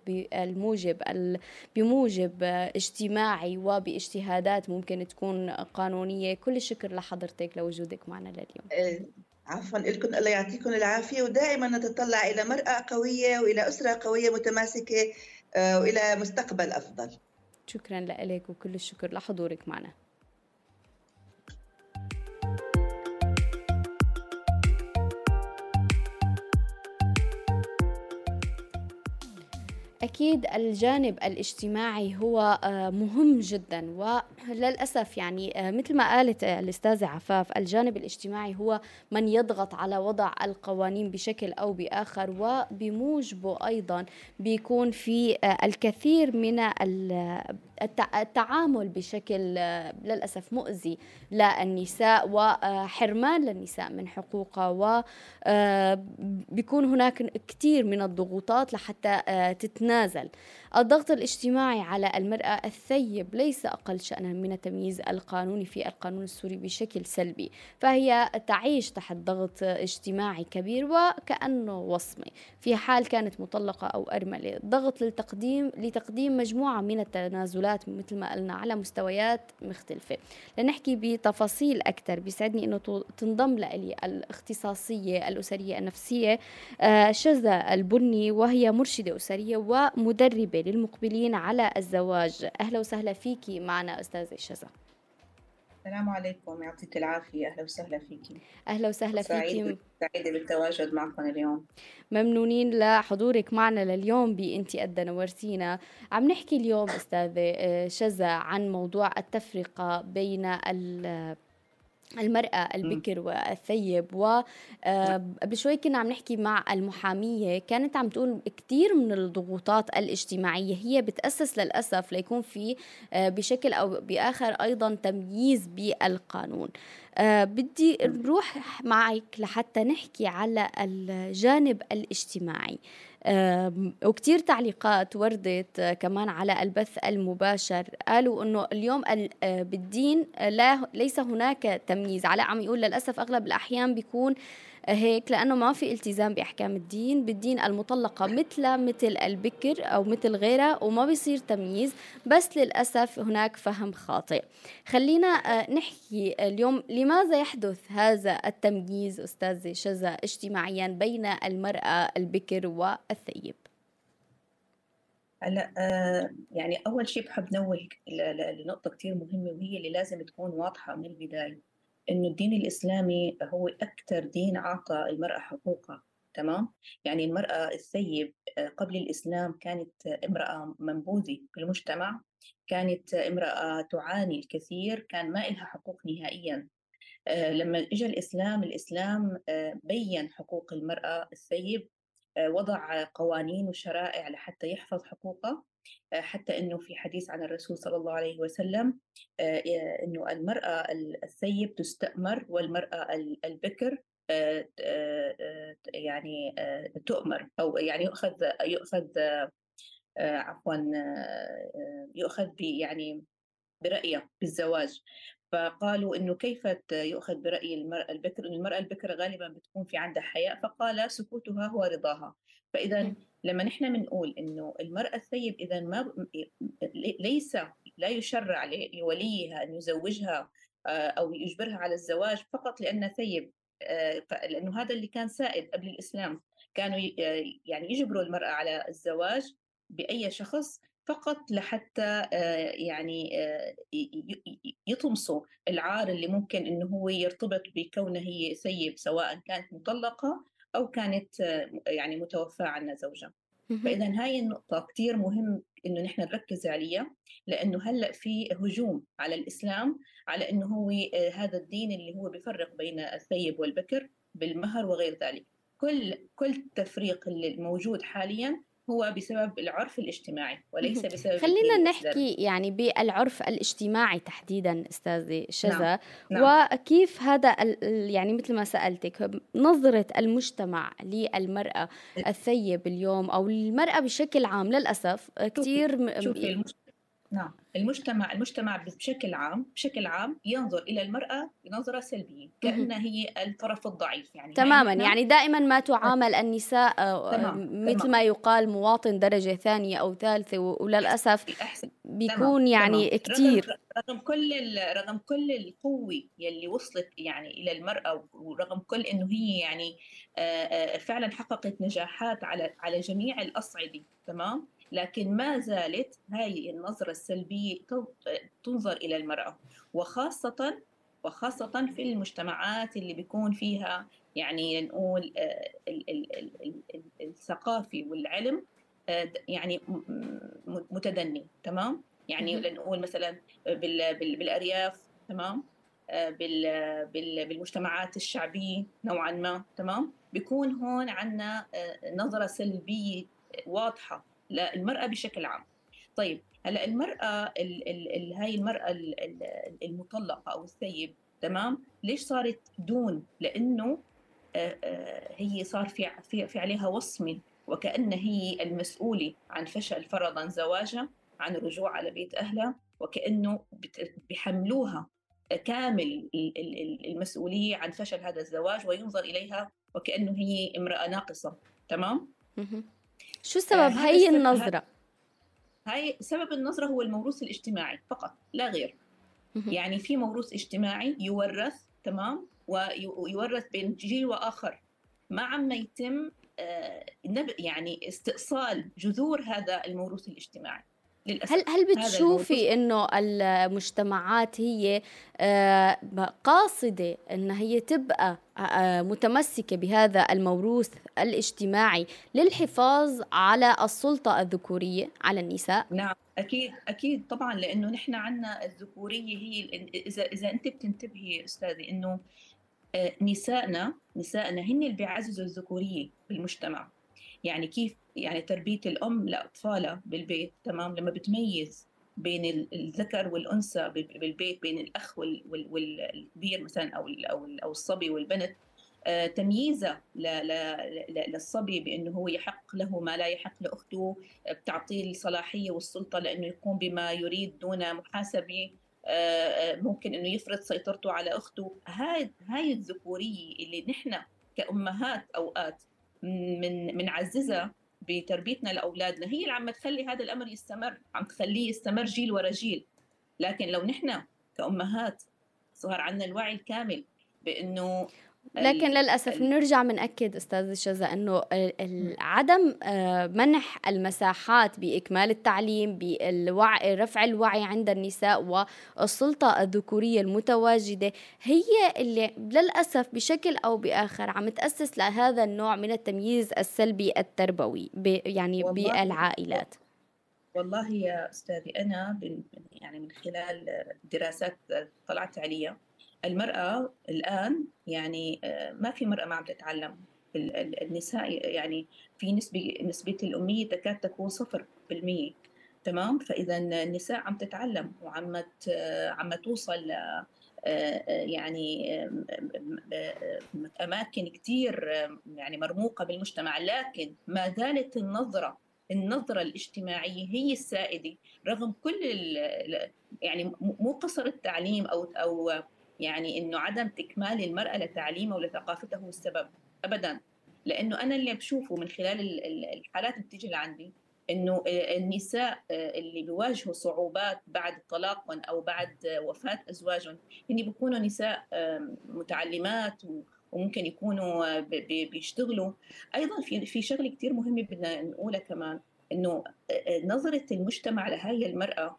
Speaker 2: بموجب اجتماعي وباجتهادات ممكن تكون قانونية. كل الشكر لحضرتك لوجودك معنا لليوم.
Speaker 3: عفوا لكم، الله يعطيكم العافية، ودائما نتطلع إلى مرأة قوية وإلى أسرة قوية متماسكة وإلى مستقبل أفضل.
Speaker 2: شكرا لك وكل الشكر لحضورك معنا. أكيد الجانب الاجتماعي هو مهم جدا، وللأسف يعني مثل ما قالت الأستاذة عفاف، الجانب الاجتماعي هو من يضغط على وضع القوانين بشكل أو بآخر، وبموجبه أيضا بيكون في الكثير من التعامل بشكل للأسف مؤذي للنساء وحرمان للنساء من حقوقها، وبيكون هناك كثير من الضغوطات لحتى تتنازل. الضغط الاجتماعي على المرأة الثيب ليس أقل شأنا من التمييز القانوني في القانون السوري بشكل سلبي، فهي تعيش تحت ضغط اجتماعي كبير وكأنه وصمة في حال كانت مطلقة أو أرملة. ضغط لتقديم مجموعة من التنازلات مثل ما قلنا على مستويات مختلفة. لنحكي بتفاصيل أكثر بيسعدني أنه تنضم لي الاختصاصية الأسرية النفسية شذا البني، وهي مرشدة أسرية ومدربة للمقبلين على الزواج. أهلا وسهلا فيكي معنا أستاذة شذا.
Speaker 6: السلام عليكم، يعطيك العافية. أهلا وسهلا فيكي.
Speaker 2: أهلا وسهلا فيكي.
Speaker 6: سعيدة بالتواجد معكم اليوم.
Speaker 2: ممنونين لحضورك معنا لليوم بإنتي أدى نورتينا. عم نحكي اليوم أستاذة شذا عن موضوع التفرقة بين المرأة البكر والثيب. وقبل شوي كنا عم نحكي مع المحامية، كانت عم تقول كتير من الضغوطات الاجتماعية هي بتأسس للأسف ليكون في بشكل أو بآخر أيضا تمييز بالقانون. بدي نروح معك لحتى نحكي على الجانب الاجتماعي. وكتير تعليقات وردت كمان على البث المباشر، قالوا أنه اليوم بالدين ليس هناك تمييز. على عم يقول للأسف أغلب الأحيان بيكون هيك، لأنه ما في التزام بأحكام الدين. بالدين المطلقة مثل البكر أو مثل غيرها، وما بيصير تمييز، بس للأسف هناك فهم خاطئ. خلينا نحكي اليوم لماذا يحدث هذا التمييز أستاذة شذا اجتماعيا بين المرأة البكر والثيب؟
Speaker 6: هلا يعني أول شيء بحب نوه لنقطة كتير مهمة، وهي اللي لازم تكون واضحة من البداية، إنه الدين الإسلامي هو أكثر دين أعطى المرأة حقوقها. تمام؟ يعني المرأة الثيب قبل الإسلام كانت امرأة منبوذة في المجتمع، كانت امرأة تعاني الكثير، كان ما إلها حقوق نهائيا. لما اجى الإسلام بين حقوق المرأة الثيب، وضع قوانين وشرائع لحتى يحفظ حقوقها، حتى انه في حديث عن الرسول صلى الله عليه وسلم انه المرأة الثيب تستأمر، والمرأة البكر يعني تؤمر، او يعني يؤخذ عفوا يؤخذ يعني برأيه بالزواج. فقالوا إنه كيف يؤخذ برأي المرأة البكر؟ إن المرأة البكر غالبا بتكون في عندها حياء، فقال سكوتها هو رضاها. فإذا لما نحن بنقول إنه المرأة الثيب إذا ما ليس لا يشرع لوليها أن يزوجها أو يجبرها على الزواج فقط لأنها ثيب، لأنه هذا اللي كان سائد قبل الإسلام. كانوا يعني يجبروا المرأة على الزواج بأي شخص فقط لحتى يعني يطمسوا العار اللي ممكن إنه هو يرتبط بكونه هي ثيب، سواء كانت مطلقة أو كانت يعني متوفاة عنها زوجها. فإذا هاي النقطة كتير مهم إنه نحن نركز عليها، لأنه هلأ في هجوم على الإسلام على إنه هو هذا الدين اللي هو بيفرق بين الثيب والبكر بالمهر وغير ذلك. كل التفريق اللي موجود حاليا هو بسبب العرف الاجتماعي وليس بسبب
Speaker 2: خلينا
Speaker 6: الدين
Speaker 2: نحكي
Speaker 6: الإسلامي.
Speaker 2: يعني بالعرف الاجتماعي تحديدا أستاذة شذا.
Speaker 6: نعم.
Speaker 2: وكيف هذا يعني مثل ما سألتك نظرة المجتمع للمرأة الثيب اليوم أو المرأة بشكل عام للأسف كتير
Speaker 6: نعم، المجتمع بشكل عام ينظر إلى المرأة بنظرة سلبية، كأنها هي الطرف الضعيف. يعني
Speaker 2: تماما، يعني دائما ما تعامل النساء مثل ما يقال مواطن درجة ثانية أو ثالثة، وللأسف بيكون يعني كتير
Speaker 6: رغم كل القوة يلي وصلت يعني إلى المرأة، ورغم كل إنه هي يعني فعلا حققت نجاحات على جميع الأصعدة. تمام، لكن ما زالت هاي النظرة السلبية تنظر إلى المرأة، وخاصة في المجتمعات اللي بيكون فيها يعني نقول الثقافي والعلم يعني متدني. تمام، يعني لنقول مثلا بالأرياف، تمام، بالمجتمعات الشعبية نوعا ما. تمام، بيكون هون عنا نظرة سلبية واضحة للمرأة بشكل عام. طيب هلا المرأة هاي المرأة المطلقة أو الثيب، تمام، ليش صارت دون؟ لأنه هي صار في عليها وصمة، وكأن هي المسؤولة عن فشل فرضا زواجها، عن الرجوع على بيت أهلها، وكأنه بحملوها كامل المسؤولية عن فشل هذا الزواج، وينظر إليها وكأنه هي امرأة ناقصة. تمام؟
Speaker 2: شو سبب هاي النظرة؟
Speaker 6: هاي سبب النظرة هو الموروث الاجتماعي فقط لا غير. يعني في موروث اجتماعي يورث، تمام، ويورث بين جيل وآخر، ما عم يتم يعني استئصال جذور هذا الموروث الاجتماعي. للأسف.
Speaker 2: هل بتشوفي إنه المجتمعات هي قاصدة إن هي تبقى متمسكة بهذا الموروث الاجتماعي للحفاظ على السلطة الذكورية على النساء؟
Speaker 6: نعم أكيد طبعا، لأنه نحن عنا الذكورية هي إذا أنت بتنتبهي أستاذي إنه نسائنا هن اللي بيعززوا الذكورية بالمجتمع. يعني كيف؟ يعني تربية الأم لأطفالها بالبيت، تمام، لما بتميز بين الذكر والأنثى بالبيت، بين الأخ والكبير مثلا أو الصبي والبنت، تمييزه للصبي بأنه هو يحق له ما لا يحق لأخته، بتعطيه الصلاحية والسلطة لأنه يقوم بما يريد دون محاسبة، ممكن أنه يفرض سيطرته على أخته. هاي الذكورية اللي نحن كأمهات أوقات منعززها بتربيتنا لأولادنا، هي اللي عم تخلي هذا الأمر يستمر، عم تخليه يستمر جيل ورا جيل. لكن لو نحن كأمهات صار عنا الوعي الكامل بأنه
Speaker 2: لكن للأسف نرجع منأكد أستاذ شذا أنه عدم منح المساحات بإكمال التعليم، بالوعي، رفع الوعي عند النساء والسلطة الذكورية المتواجدة هي اللي للأسف بشكل أو بآخر عم تأسس لهذا النوع من التمييز السلبي التربوي يعني بالعائلات.
Speaker 6: والله يا أستاذي أنا يعني من خلال دراسات طلعت عليها، المرأة الآن يعني ما في مرأة ما عم تتعلم. النساء يعني في نسبة الأمية تكاد تكون 0%، تمام. فإذا النساء عم تتعلم وعم توصل يعني أماكن كتير يعني مرموقة بالمجتمع، لكن ما زالت النظرة الاجتماعية هي السائدة رغم كل يعني مو قصر التعليم أو يعني إنه عدم إكمال المرأة لتعليمها ولثقافتها هو السبب أبداً. لأنه أنا اللي بشوفه من خلال الحالات اللي بتيجي لعندي إنه النساء اللي بيواجهوا صعوبات بعد طلاقهم أو بعد وفاة أزواجهم هن بيكونوا نساء متعلمات وممكن يكونوا بيشتغلوا. أيضاً في شغلة كتير مهمة بدنا نقولها كمان، إنه نظرة المجتمع لهاي المرأة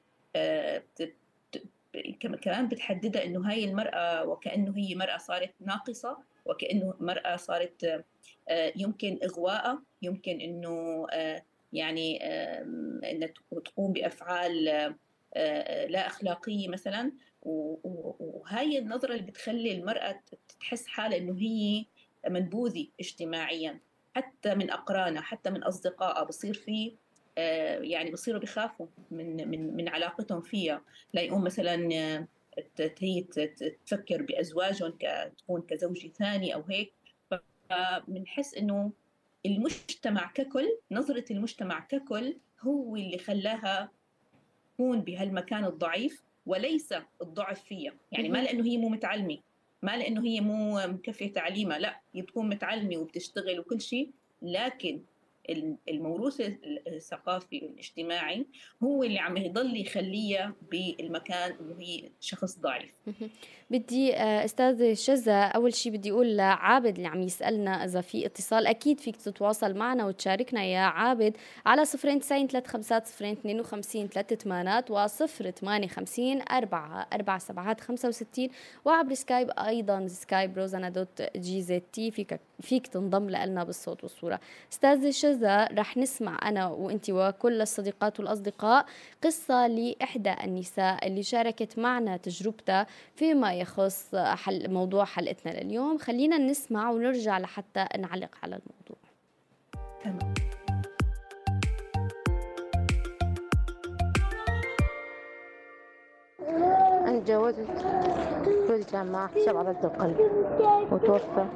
Speaker 6: كمان بتحددها إنه هاي المرأة وكأنه هي مرأة صارت ناقصة، وكأنه مرأة صارت يمكن إغواءها، يمكن إنه يعني إنها تقوم بأفعال لا أخلاقية مثلا. وهاي النظرة اللي بتخلي المرأة تحس حالها إنه هي منبوذة اجتماعيا، حتى من أقرانها حتى من أصدقائها. بصير فيه يعني بصيروا بيخافوا من علاقتهم فيها، لا يقوم مثلا هي تفكر بأزواجهم تكون كزوجة ثاني أو هيك. فبنحس إنه المجتمع ككل، نظرة المجتمع ككل هو اللي خلاها تكون بهالمكان الضعيف وليس الضعف فيها. يعني ما لأنه هي مو متعلمة، ما لأنه هي مو مكفية تعليمها، لا، هي بتكون متعلمة وبتشتغل وكل شيء، لكن الموروث الثقافي والاجتماعي هو اللي عم يضل يخليها بالمكان انه هي شخص ضعيف.
Speaker 2: بدي استاذ شذا اول شيء بدي اقول لعابد اللي عم يسالنا اذا في اتصال، اكيد فيك تتواصل معنا وتشاركنا يا عابد على 090 350 52 38 و 058 وعبر سكايب ايضا سكايب rozana.gzt فيك تنضم لنا بالصوت والصوره. استاذ شذا رح نسمع انا وانت وكل الصديقات والاصدقاء قصه لاحدى النساء اللي شاركت معنا تجربتها فيما يخص موضوع حلقتنا لليوم. خلينا نسمع ونرجع لحتى نعلق على الموضوع.
Speaker 6: تمام.
Speaker 7: أنا تجوزت، جوزي كان معه احتشام على ضد القلب وتوفى،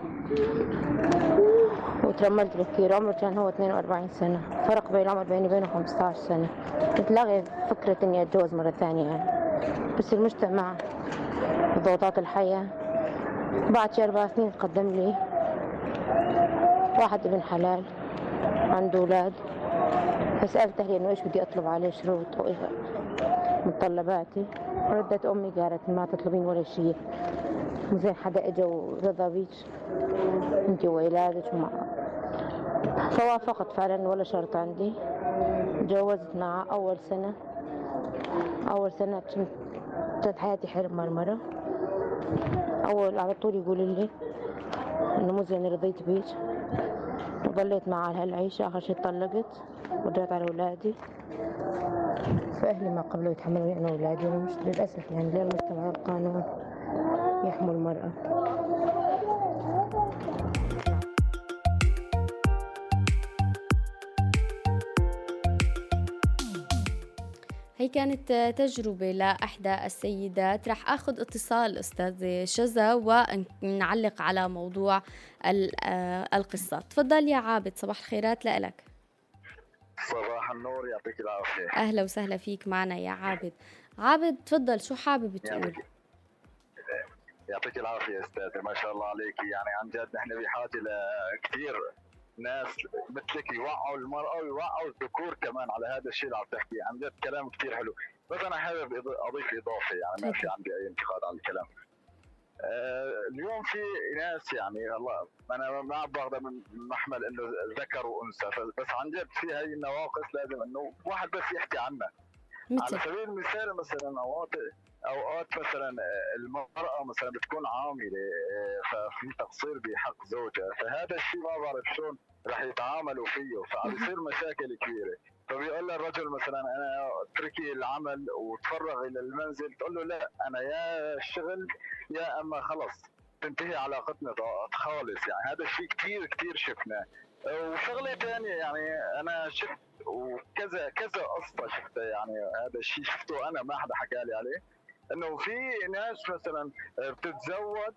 Speaker 7: وترملت بكثير. عمره كان هو 42 سنة، فرق بين العمر بيني وبينه 15 سنة. كنت لاغي فكرة إني أتجوز مرة ثانية يعني. بس المجتمع وضغوطات الحياة. بعد شي 4 سنين تقدم لي واحد ابن حلال عنده أولاد، فسألت أهلي إنه إيش بدي أطلب عليه شروط أو إيش متطلباتي. ردت أمي قالت ما تطلبين ولا شيء، زين حدا إجا ورضا بيك أنت وولادك فوافقت فعلا ولا شرط عندي. تجوزت معه أول سنة أول سنة كانت حياتي حلم مرمرة. أول على طول يقول لي إنه مو زين رضيت بيك، وظليت معاه هالعيشة. آخر شي طلقت ورجعت على أولادي، فأهلي ما قبلوا يتحملوني أنا وأولادي. مش للأسف يعني ليه المجتمع القانون يحمي المرأة.
Speaker 2: هي كانت تجربة لإحدى السيدات. رح أخذ اتصال أستاذ شذا ونعلق على موضوع القصة. تفضل يا عابد، صباح الخيرات لك.
Speaker 8: صباح النور، يعطيك العافية.
Speaker 2: أهلا وسهلا فيك معنا يا عابد. عابد تفضل، شو حابب تقول؟
Speaker 8: يعطيك العافية أستاذ، ما شاء الله عليك. يعني عن جد نحن بحاجة لكثير ناس مثلك يوعوا المرأة ويوعوا الذكور كمان على هذا الشيء اللي عم تحكي. عن جد كلام كثير حلو، بس أنا حابب أضيف إضافة، يعني ما في عندي أي انتقاد على الكلام. اليوم في ناس يعني الله، أنا ما باخذها من محمل إنه ذكر وأنثى، بس عن جد في هاي النواقص لازم إنه واحد بس يحكي عنها. على سبيل المثال مثلا اوقات مثلا المرأة مثلا بتكون عاملة، ففي تقصير بحق زوجها، فهذا الشيء ما بعرف شلون رح يتعاملوا فيه، فعم يصير مشاكل كبيرة. فبيقول الرجل مثلا انا اتركي العمل وتفرغي للمنزل، تقول له لا انا يا الشغل يا اما خلص تنتهي علاقتنا خالص. يعني هذا الشيء كثير شفناه. وشغله ثانيه يعني انا شفت وكذا قصه شفتها، يعني هذا الشيء شفته انا ما حدا حكى لي عليه، انه في ناس مثلا بتتزوج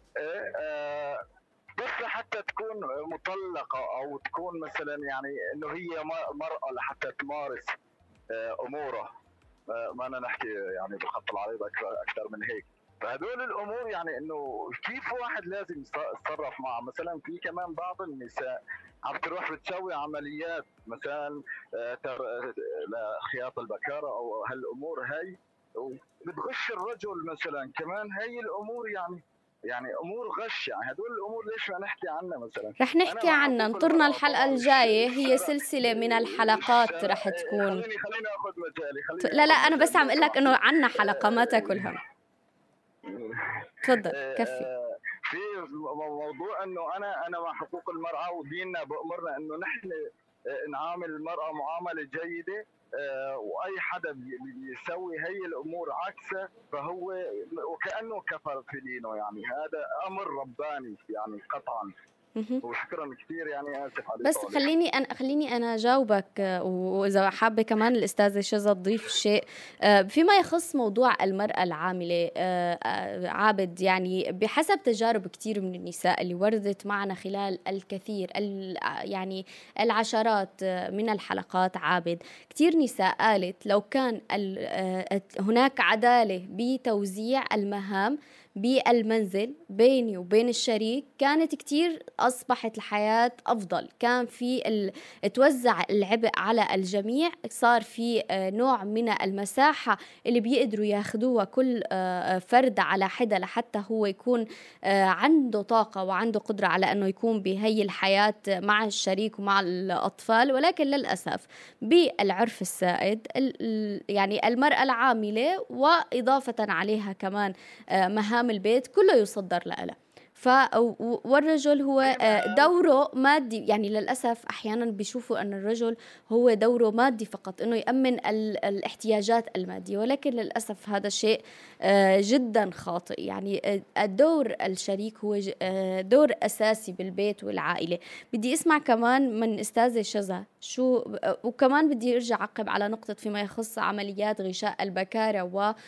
Speaker 8: بس لحتى تكون مطلقه او تكون مثلا يعني انه هي مرأة لحتى تمارس امورها. ما أنا نحكي يعني بالخط العريض اكثر من هيك. فهدول الامور يعني انه كيف واحد لازم يتصرف معه. مثلا في كمان بعض النساء عم تروح بتسوي عمليات مثلا لخياط البكاره او هالامور هاي، وبتغش الرجل مثلا كمان. هاي الامور يعني امور غش. يعني هدول الامور ليش ما نحكي عنها مثلا؟
Speaker 2: رح نحكي عنها، انطرنا الحلقه الجايه، هي سلسله من الحلقات رح تكون.
Speaker 8: خليني اخذ مجالي.
Speaker 2: لا انا بس عم اقول لك انه عنا حلقه، ما تاكل هم. تفضل كفي.
Speaker 8: في موضوع انه انا مع حقوق المرأة، وديننا بأمرنا انه نحن نعامل المرأة معاملة جيدة، واي حدا بيسوي هي الامور عكسه فهو وكأنه كفر في دينه. يعني هذا امر رباني يعني قطعا. وشكرا كثير، يعني اسف على
Speaker 2: بس خليني انا جاوبك، واذا حابه كمان الاستاذه شذا تضيف شيء فيما يخص موضوع المراه العامله. عابد يعني بحسب تجارب كثير من النساء اللي وردت معنا خلال الكثير يعني العشرات من الحلقات، عابد كثير نساء قالت لو كان هناك عداله بتوزيع المهام بالمنزل بيني وبين الشريك كانت كتير أصبحت الحياة أفضل. كان في توزع العبء على الجميع، صار في نوع من المساحة اللي بيقدروا ياخدوها كل فرد على حدة لحتى هو يكون عنده طاقة وعنده قدرة على أنه يكون بهي الحياة مع الشريك ومع الأطفال. ولكن للأسف بالعرف السائد يعني المرأة العاملة وإضافة عليها كمان مهام البيت كله يصدر لها، والرجل هو دوره مادي. يعني للأسف أحيانا بيشوفوا أن الرجل هو دوره مادي فقط، أنه يأمن الاحتياجات المادية، ولكن للأسف هذا شيء جدا خاطئ. يعني الدور الشريك هو دور أساسي بالبيت والعائلة. بدي أسمع كمان من أستاذة شذا وكمان بدي أرجع أعقب على نقطة فيما يخص عمليات غشاء البكارة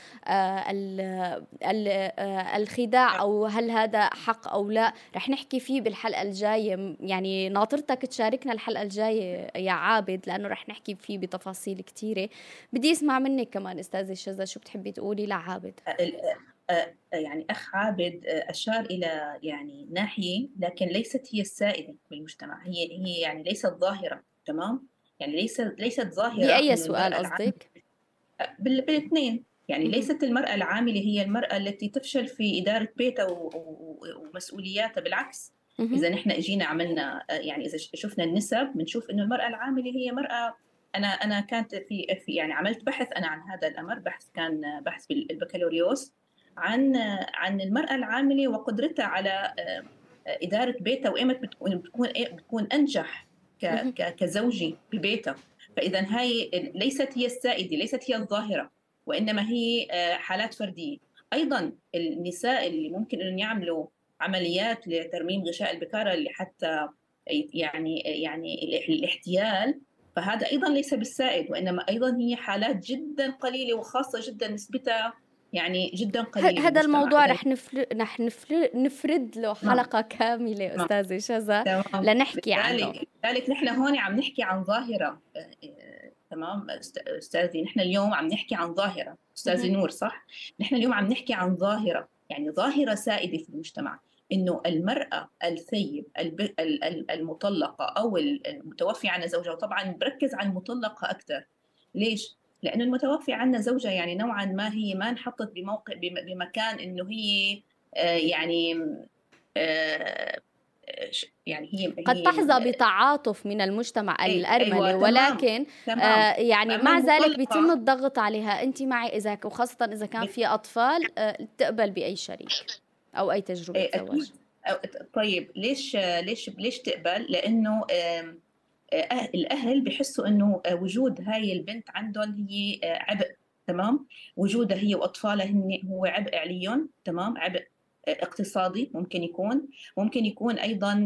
Speaker 2: والخداع، أو هل هذا حق أو لا. رح نحكي فيه بالحلقة الجاية، يعني ناطرتك تشاركنا الحلقة الجاية يا عابد، لأنه رح نحكي فيه بتفاصيل كتيرة. بدي أسمع منك كمان أستاذة شذا، شو بتحبي تقولي لعابد؟
Speaker 6: يعني أخ عابد أشار إلى يعني ناحية، لكن ليست هي السائدة في المجتمع، هي يعني ليست ظاهرة. تمام، يعني ليست ظاهرة.
Speaker 2: بأي سؤال قصدك؟
Speaker 6: بالاثنين. يعني ليست المرأة العاملة هي المرأة التي تفشل في إدارة بيتها ومسؤولياتها. بالعكس، إذا نحن إجينا عملنا يعني إذا شفنا النسب بنشوف إنه المرأة العاملة هي مرأة أنا كانت في يعني عملت بحث أنا عن هذا الأمر، كان بحث في البكالوريوس عن المرأة العاملة وقدرتها على إدارة بيتها، وإيمت بتكون أنجح كزوجة ببيتها. فإذا هاي ليست هي السائدة، ليست هي الظاهرة، وإنما هي حالات فردية. أيضا النساء اللي ممكن أن يعملوا عمليات لترميم غشاء البكارة اللي حتى يعني الاحتيال، فهذا أيضا ليس بالسائد، وإنما أيضا هي حالات جدا قليلة وخاصة جدا نسبتها يعني جدا قليلة.
Speaker 2: هذا الموضوع رح نفرد له حلقة كاملة أستاذة شذا لنحكي عنه.
Speaker 6: لذلك نحن هون عم نحكي عن ظاهرة. تمام أستاذي، نحن اليوم عم نحكي عن ظاهرة. أستاذي نور صح؟ نحن اليوم عم نحكي عن ظاهرة، يعني ظاهرة سائدة في المجتمع، إنه المرأة الثيب المطلقة أو المتوفي عنها زوجها، وطبعا بركز على المطلقة أكثر. ليش؟ لأنه المتوفي عنها زوجها يعني نوعا ما هي ما انحطت بمكان إنه هي يعني هي
Speaker 2: قد تحظى بتعاطف من المجتمع الأرملة. أيوة ولكن يعني مع ذلك بيتم الضغط عليها. أنت معي وخاصة إذا كان في أطفال تقبل بأي شريك أو أي تجربة زواج.
Speaker 6: طيب ليش تقبل؟ لأنه الأهل بيحسوا إنه وجود هاي البنت عندهم هي عبء. تمام، وجودها هي وأطفالها هو عبء عليهم. تمام، عبء اقتصادي ممكن يكون أيضا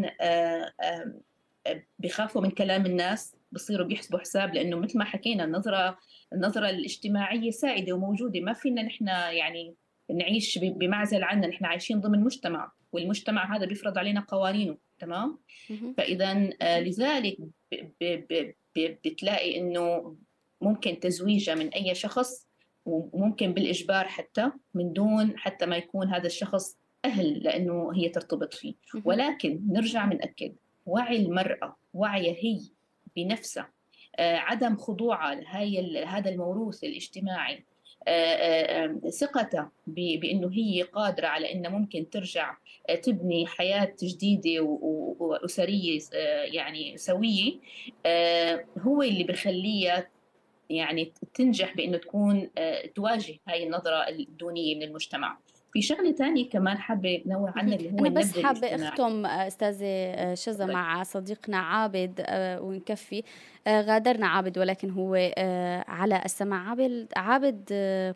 Speaker 6: بيخافوا من كلام الناس، بصيروا بيحسبوا حساب، لأنه مثل ما حكينا النظرة الاجتماعية سائدة وموجودة، ما فينا نحن يعني نعيش بمعزل عنها. نحن عايشين ضمن مجتمع، والمجتمع هذا بيفرض علينا قوانينه. تمام، فإذا لذلك بتلاقي إنه ممكن تزويجها من أي شخص، وممكن بالإجبار حتى من دون حتى ما يكون هذا الشخص أهل لأنه هي ترتبط فيه. ولكن نرجع منأكد وعي المرأة، وعيها هي بنفسها، عدم خضوعها هذا الموروث الاجتماعي، ثقتها بأنه هي قادرة على أنها ممكن ترجع تبني حياة جديدة وأسرية يعني سوية، هو اللي بخليها يعني تنجح بأنه تكون تواجه هاي النظرة الدونية من المجتمع. في شغلة تانية كمان حابة نوع عنها اللي هو
Speaker 2: أنا بس حابة أختم أستاذة شذا مع صديقنا عابد ونكفي. غادرنا عابد ولكن هو على السماع. عابد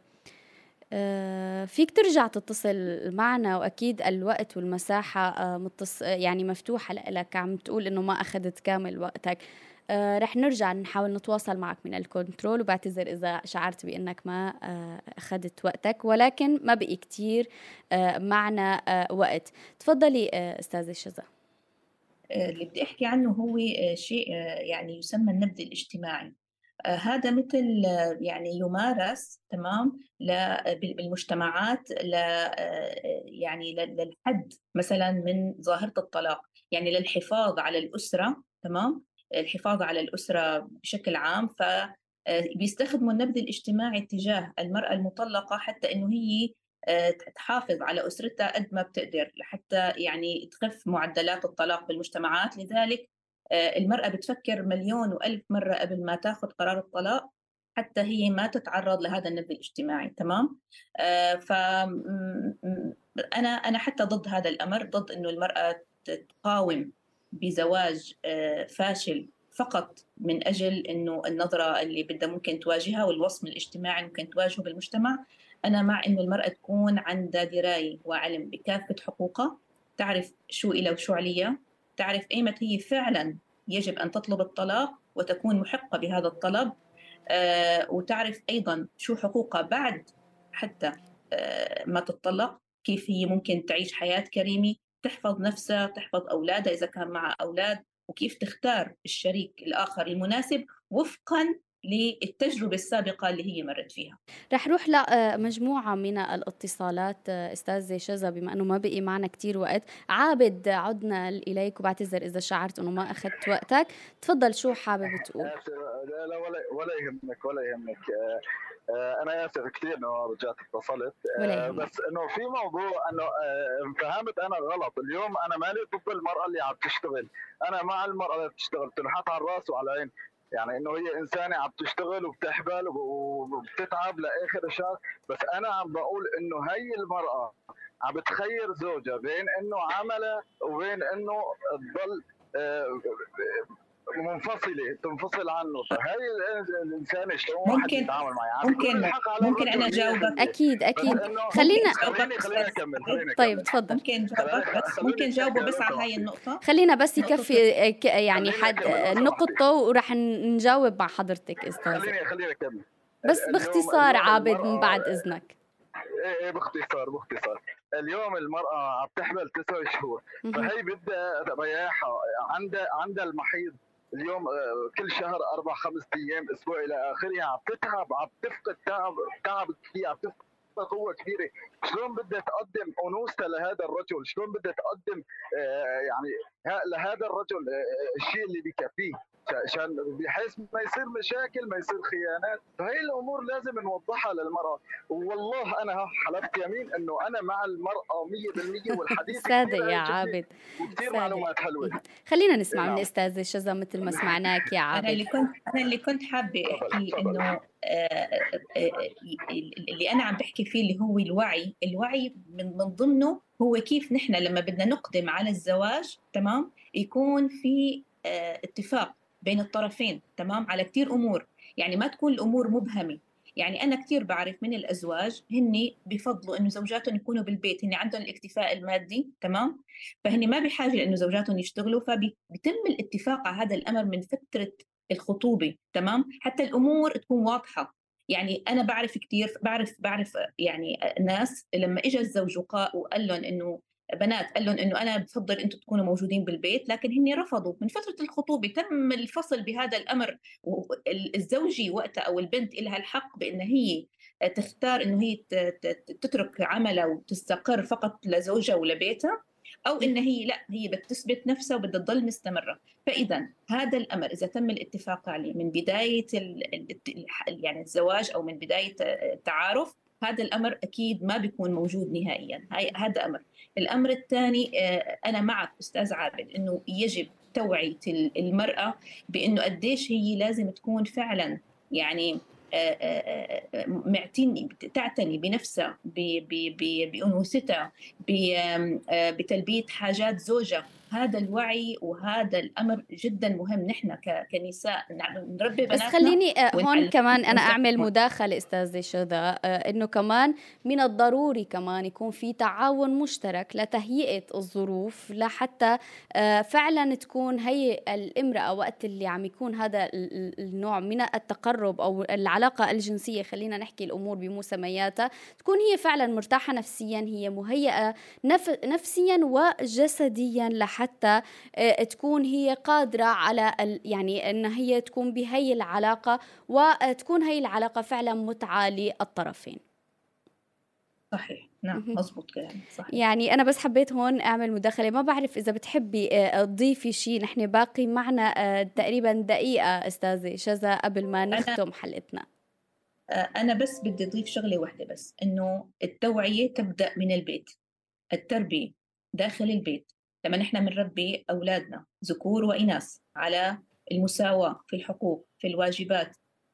Speaker 2: فيك ترجع تتصل معنا، وأكيد الوقت والمساحة يعني مفتوحة لك. عم تقول إنه ما أخذت كامل وقتك. رح نرجع نحاول نتواصل معك من الكنترول، وبعتذر إذا شعرت بأنك ما أخذت وقتك، ولكن ما بقي كتير معنا وقت. تفضلي أستاذة شذا.
Speaker 6: اللي بدي أحكي عنه هو شيء يعني يسمى النبذ الاجتماعي. هذا مثل يعني يمارس تمام بالمجتمعات يعني للحد مثلا من ظاهرة الطلاق، يعني للحفاظ على الأسرة. تمام، الحفاظ على الأسرة بشكل عام، فبيستخدموا النبذ الاجتماعي تجاه المرأة المطلقة حتى إنه هي تحافظ على أسرتها قد ما بتقدر، لحتى يعني تخف معدلات الطلاق بالمجتمعات. لذلك المرأة بتفكر مليون وألف مرة قبل ما تاخذ قرار الطلاق حتى هي ما تتعرض لهذا النبذ الاجتماعي. تمام، أنا حتى ضد هذا الأمر، ضد إنه المرأة تقاوم بزواج فاشل فقط من أجل إنه النظرة اللي بدها ممكن تواجهها والوصم الاجتماعي ممكن تواجهه بالمجتمع. أنا مع إنه المرأة تكون عندها دراية وعلم بكافة حقوقها، تعرف شو إلها وشو عليها، تعرف أيمتى هي فعلا يجب أن تطلب الطلاق وتكون محقة بهذا الطلب، وتعرف أيضا شو حقوقها بعد حتى ما تطلق، كيف هي ممكن تعيش حياة كريمة، تحفظ نفسها، تحفظ أولادها إذا كان معها أولاد، وكيف تختار الشريك الآخر المناسب وفقاً للتجربة السابقة اللي هي مرت فيها.
Speaker 2: رح روح لمجموعة من الاتصالات أستاذة شذا بما أنه ما بقي معنا كتير وقت. عابد، عدنا إليك وبعتذر إذا شعرت أنه ما أخذت وقتك. تفضل، شو حابب تقول؟
Speaker 8: لا ولا يهمك. أنا آسف كثير إنه رجعت اتصلت، بس إنه في موضوع إنه فهمت أنا غلط. اليوم أنا مالي ضد المرأة اللي عم تشتغل، أنا مع المرأة اللي بتشتغل، تنحط على الراس وعلى العين. يعني انه هي انسانه عم تشتغل وبتحبل وبتتعب لاخر الشهر. بس انا عم بقول انه هي المراه عم بتخير زوجها بين انه عملها وبين انه تضل تنفصل عنه. فهي الانسان شلون واحد
Speaker 6: ممكن
Speaker 8: يتعامل معه؟ يعني كل الحق على
Speaker 6: ممكن
Speaker 8: الرجل
Speaker 6: انا جاوبك.
Speaker 8: 100%.
Speaker 2: أكيد
Speaker 8: بس
Speaker 2: أكيد.
Speaker 8: انه
Speaker 6: خلينا
Speaker 8: خليني
Speaker 2: طيب
Speaker 8: اكمل.
Speaker 2: تفضل.
Speaker 6: ممكن جاوبك بس ممكن جاوبه بس على هاي النقطة.
Speaker 2: خلينا بس
Speaker 6: نقطة
Speaker 2: يكفي يعني حد نقطة وراح نجاوب مع حضرتك أستاذ.
Speaker 8: خليني اكمل
Speaker 2: بس باختصار عابد من بعد إذنك.
Speaker 8: ايه باختصار. اليوم المرأة عم تحمل 9 شهور، فهي بدها رياحة. عندها المحيض اليوم كل شهر 4-5 أيام أسبوع إلى آخره. عم تتعب، عم تفقد تعب كثير، عم تفقد قوة كبيرة. شلون بدها تقدم أنوثتها لهذا الرجل؟ شلون بدها تقدم يعني لهذا الرجل الشيء اللي بكفيه عشان بحيث ما يصير مشاكل، ما يصير خيانات. فهي الامور لازم نوضحها للمراه. والله انا حلفت يمين انه انا مع المراه 100%. والحديث
Speaker 2: سادة يا عابد
Speaker 8: وكثير معلومات حلوه.
Speaker 2: خلينا نسمع من استاذ شذا مثل ما سمعناك يا عابد.
Speaker 6: انا اللي كنت حابه احكي انه اللي انا عم بحكي فيه اللي هو الوعي من ضمنه هو كيف نحن لما بدنا نقدم على الزواج تمام يكون في اتفاق بين الطرفين تمام على كتير أمور. يعني ما تكون الأمور مبهمة. يعني أنا كتير بعرف من الأزواج هني بفضلوا إنه زوجاتهم يكونوا بالبيت، هني عندهم الاكتفاء المادي تمام، فهني ما بحاجة لإنه زوجاتهم يشتغلوا، فبيتم الاتفاق على هذا الأمر من فترة الخطوبة تمام، حتى الأمور تكون واضحة. يعني أنا بعرف كتير، بعرف يعني ناس لما إجا الزوج وقال لهم إنه بنات قال لهم انه انا بفضل انتم تكونوا موجودين بالبيت، لكن هن رفضوا من فتره الخطوبه. تم الفصل بهذا الامر، والزوجي وقتها او البنت لها الحق بان هي تختار انه هي تترك عملها وتستقر فقط لزوجها ولبيتها، او ان هي لا، هي بتثبت نفسها وبدها تضل مستمره. فاذا هذا الامر اذا تم الاتفاق عليه من بدايه يعني الزواج او من بدايه التعارف، هذا الامر اكيد ما بيكون موجود نهائيا. هذا امر. الامر الثاني انا معك استاذ عابد انه يجب توعيه المراه بانه قديش هي لازم تكون فعلا يعني تعتني بنفسها، بأنوثتها، بتلبية حاجات زوجها. هذا الوعي وهذا الأمر جدا مهم. نحن كنساء نربي بناتنا.
Speaker 2: بس خليني هون كمان أنا أعمل مداخلة أستاذ شذا، إنه كمان من الضروري كمان يكون في تعاون مشترك لتهيئة الظروف لحتى فعلا تكون هي الامرأة وقت اللي عم يكون هذا النوع من التقرب أو العلاقة الجنسية، خلينا نحكي الأمور بمسمياتها، تكون هي فعلا مرتاحة نفسيا، هي مهيئة نفسيا وجسديا حتى تكون هي قادرة على يعني أن هي تكون بهي العلاقة وتكون هي العلاقة فعلا متعة للطرفين.
Speaker 6: صحيح، نعم مزبوط كلام صحيح.
Speaker 2: يعني أنا بس حبيت هون أعمل مداخلة، ما بعرف إذا بتحبي تضيفي شيء، نحن باقي معنا تقريبا دقيقة أستاذة شذا قبل ما نختم حلقتنا.
Speaker 6: أنا بس بدي أضيف شغلة واحدة بس، إنه التوعية تبدأ من البيت، التربية داخل البيت. لما نحن بنربي أولادنا ذكور وإناث على المساواة في الحقوق في الواجبات،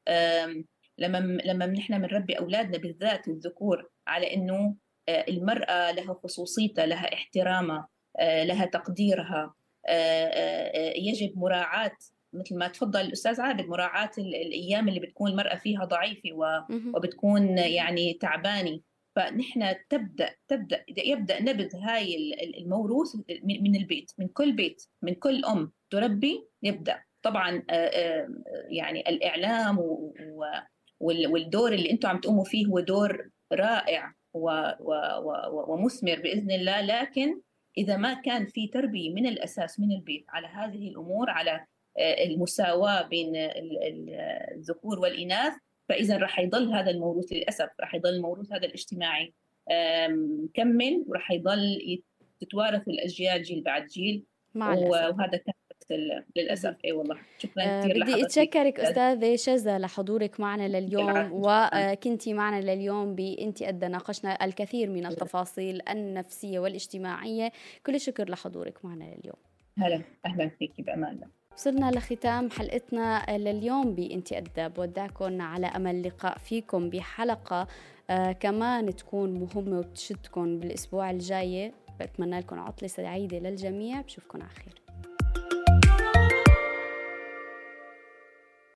Speaker 6: لما نحن بنربي أولادنا بالذات الذكور على إنه المرأة لها خصوصيتها، لها احترامها، لها تقديرها، يجب مراعاة مثل ما تفضل الأستاذ عابد، مراعاة الأيام اللي بتكون المرأة فيها ضعيفة وبتكون يعني تعبانة. فنحن يبدأ نبذ هاي الموروث من البيت، من كل بيت، من كل أم تربي يبدأ. طبعا يعني الإعلام والدور اللي أنتم عم تقوموا فيه هو دور رائع ومثمر بإذن الله، لكن إذا ما كان في تربية من الأساس من البيت على هذه الأمور، على المساواة بين الذكور والإناث، فإذا رح يضل هذا الموروث للأسف، رح يضل الموروث هذا الاجتماعي مكمل، ورح يضل تتوارث الأجيال جيل بعد جيل، وهذا كان للأسف. أي والله شكرا كثير
Speaker 2: بدي أتشكرك أستاذة شذا لحضورك معنا لليوم، وكنتي معنا لليوم بإنتي قد ناقشنا الكثير من التفاصيل النفسية والاجتماعية. كل شكر لحضورك معنا لليوم.
Speaker 6: أهلا فيكي بأمان الله.
Speaker 2: وصلنا لختام حلقتنا لليوم بإنتي قدها. بودعكم على أمل لقاء فيكم بحلقة كمان تكون مهمة وبتشدكم بالأسبوع الجاي. بتمنى لكم عطلة سعيدة للجميع. بشوفكم على خير.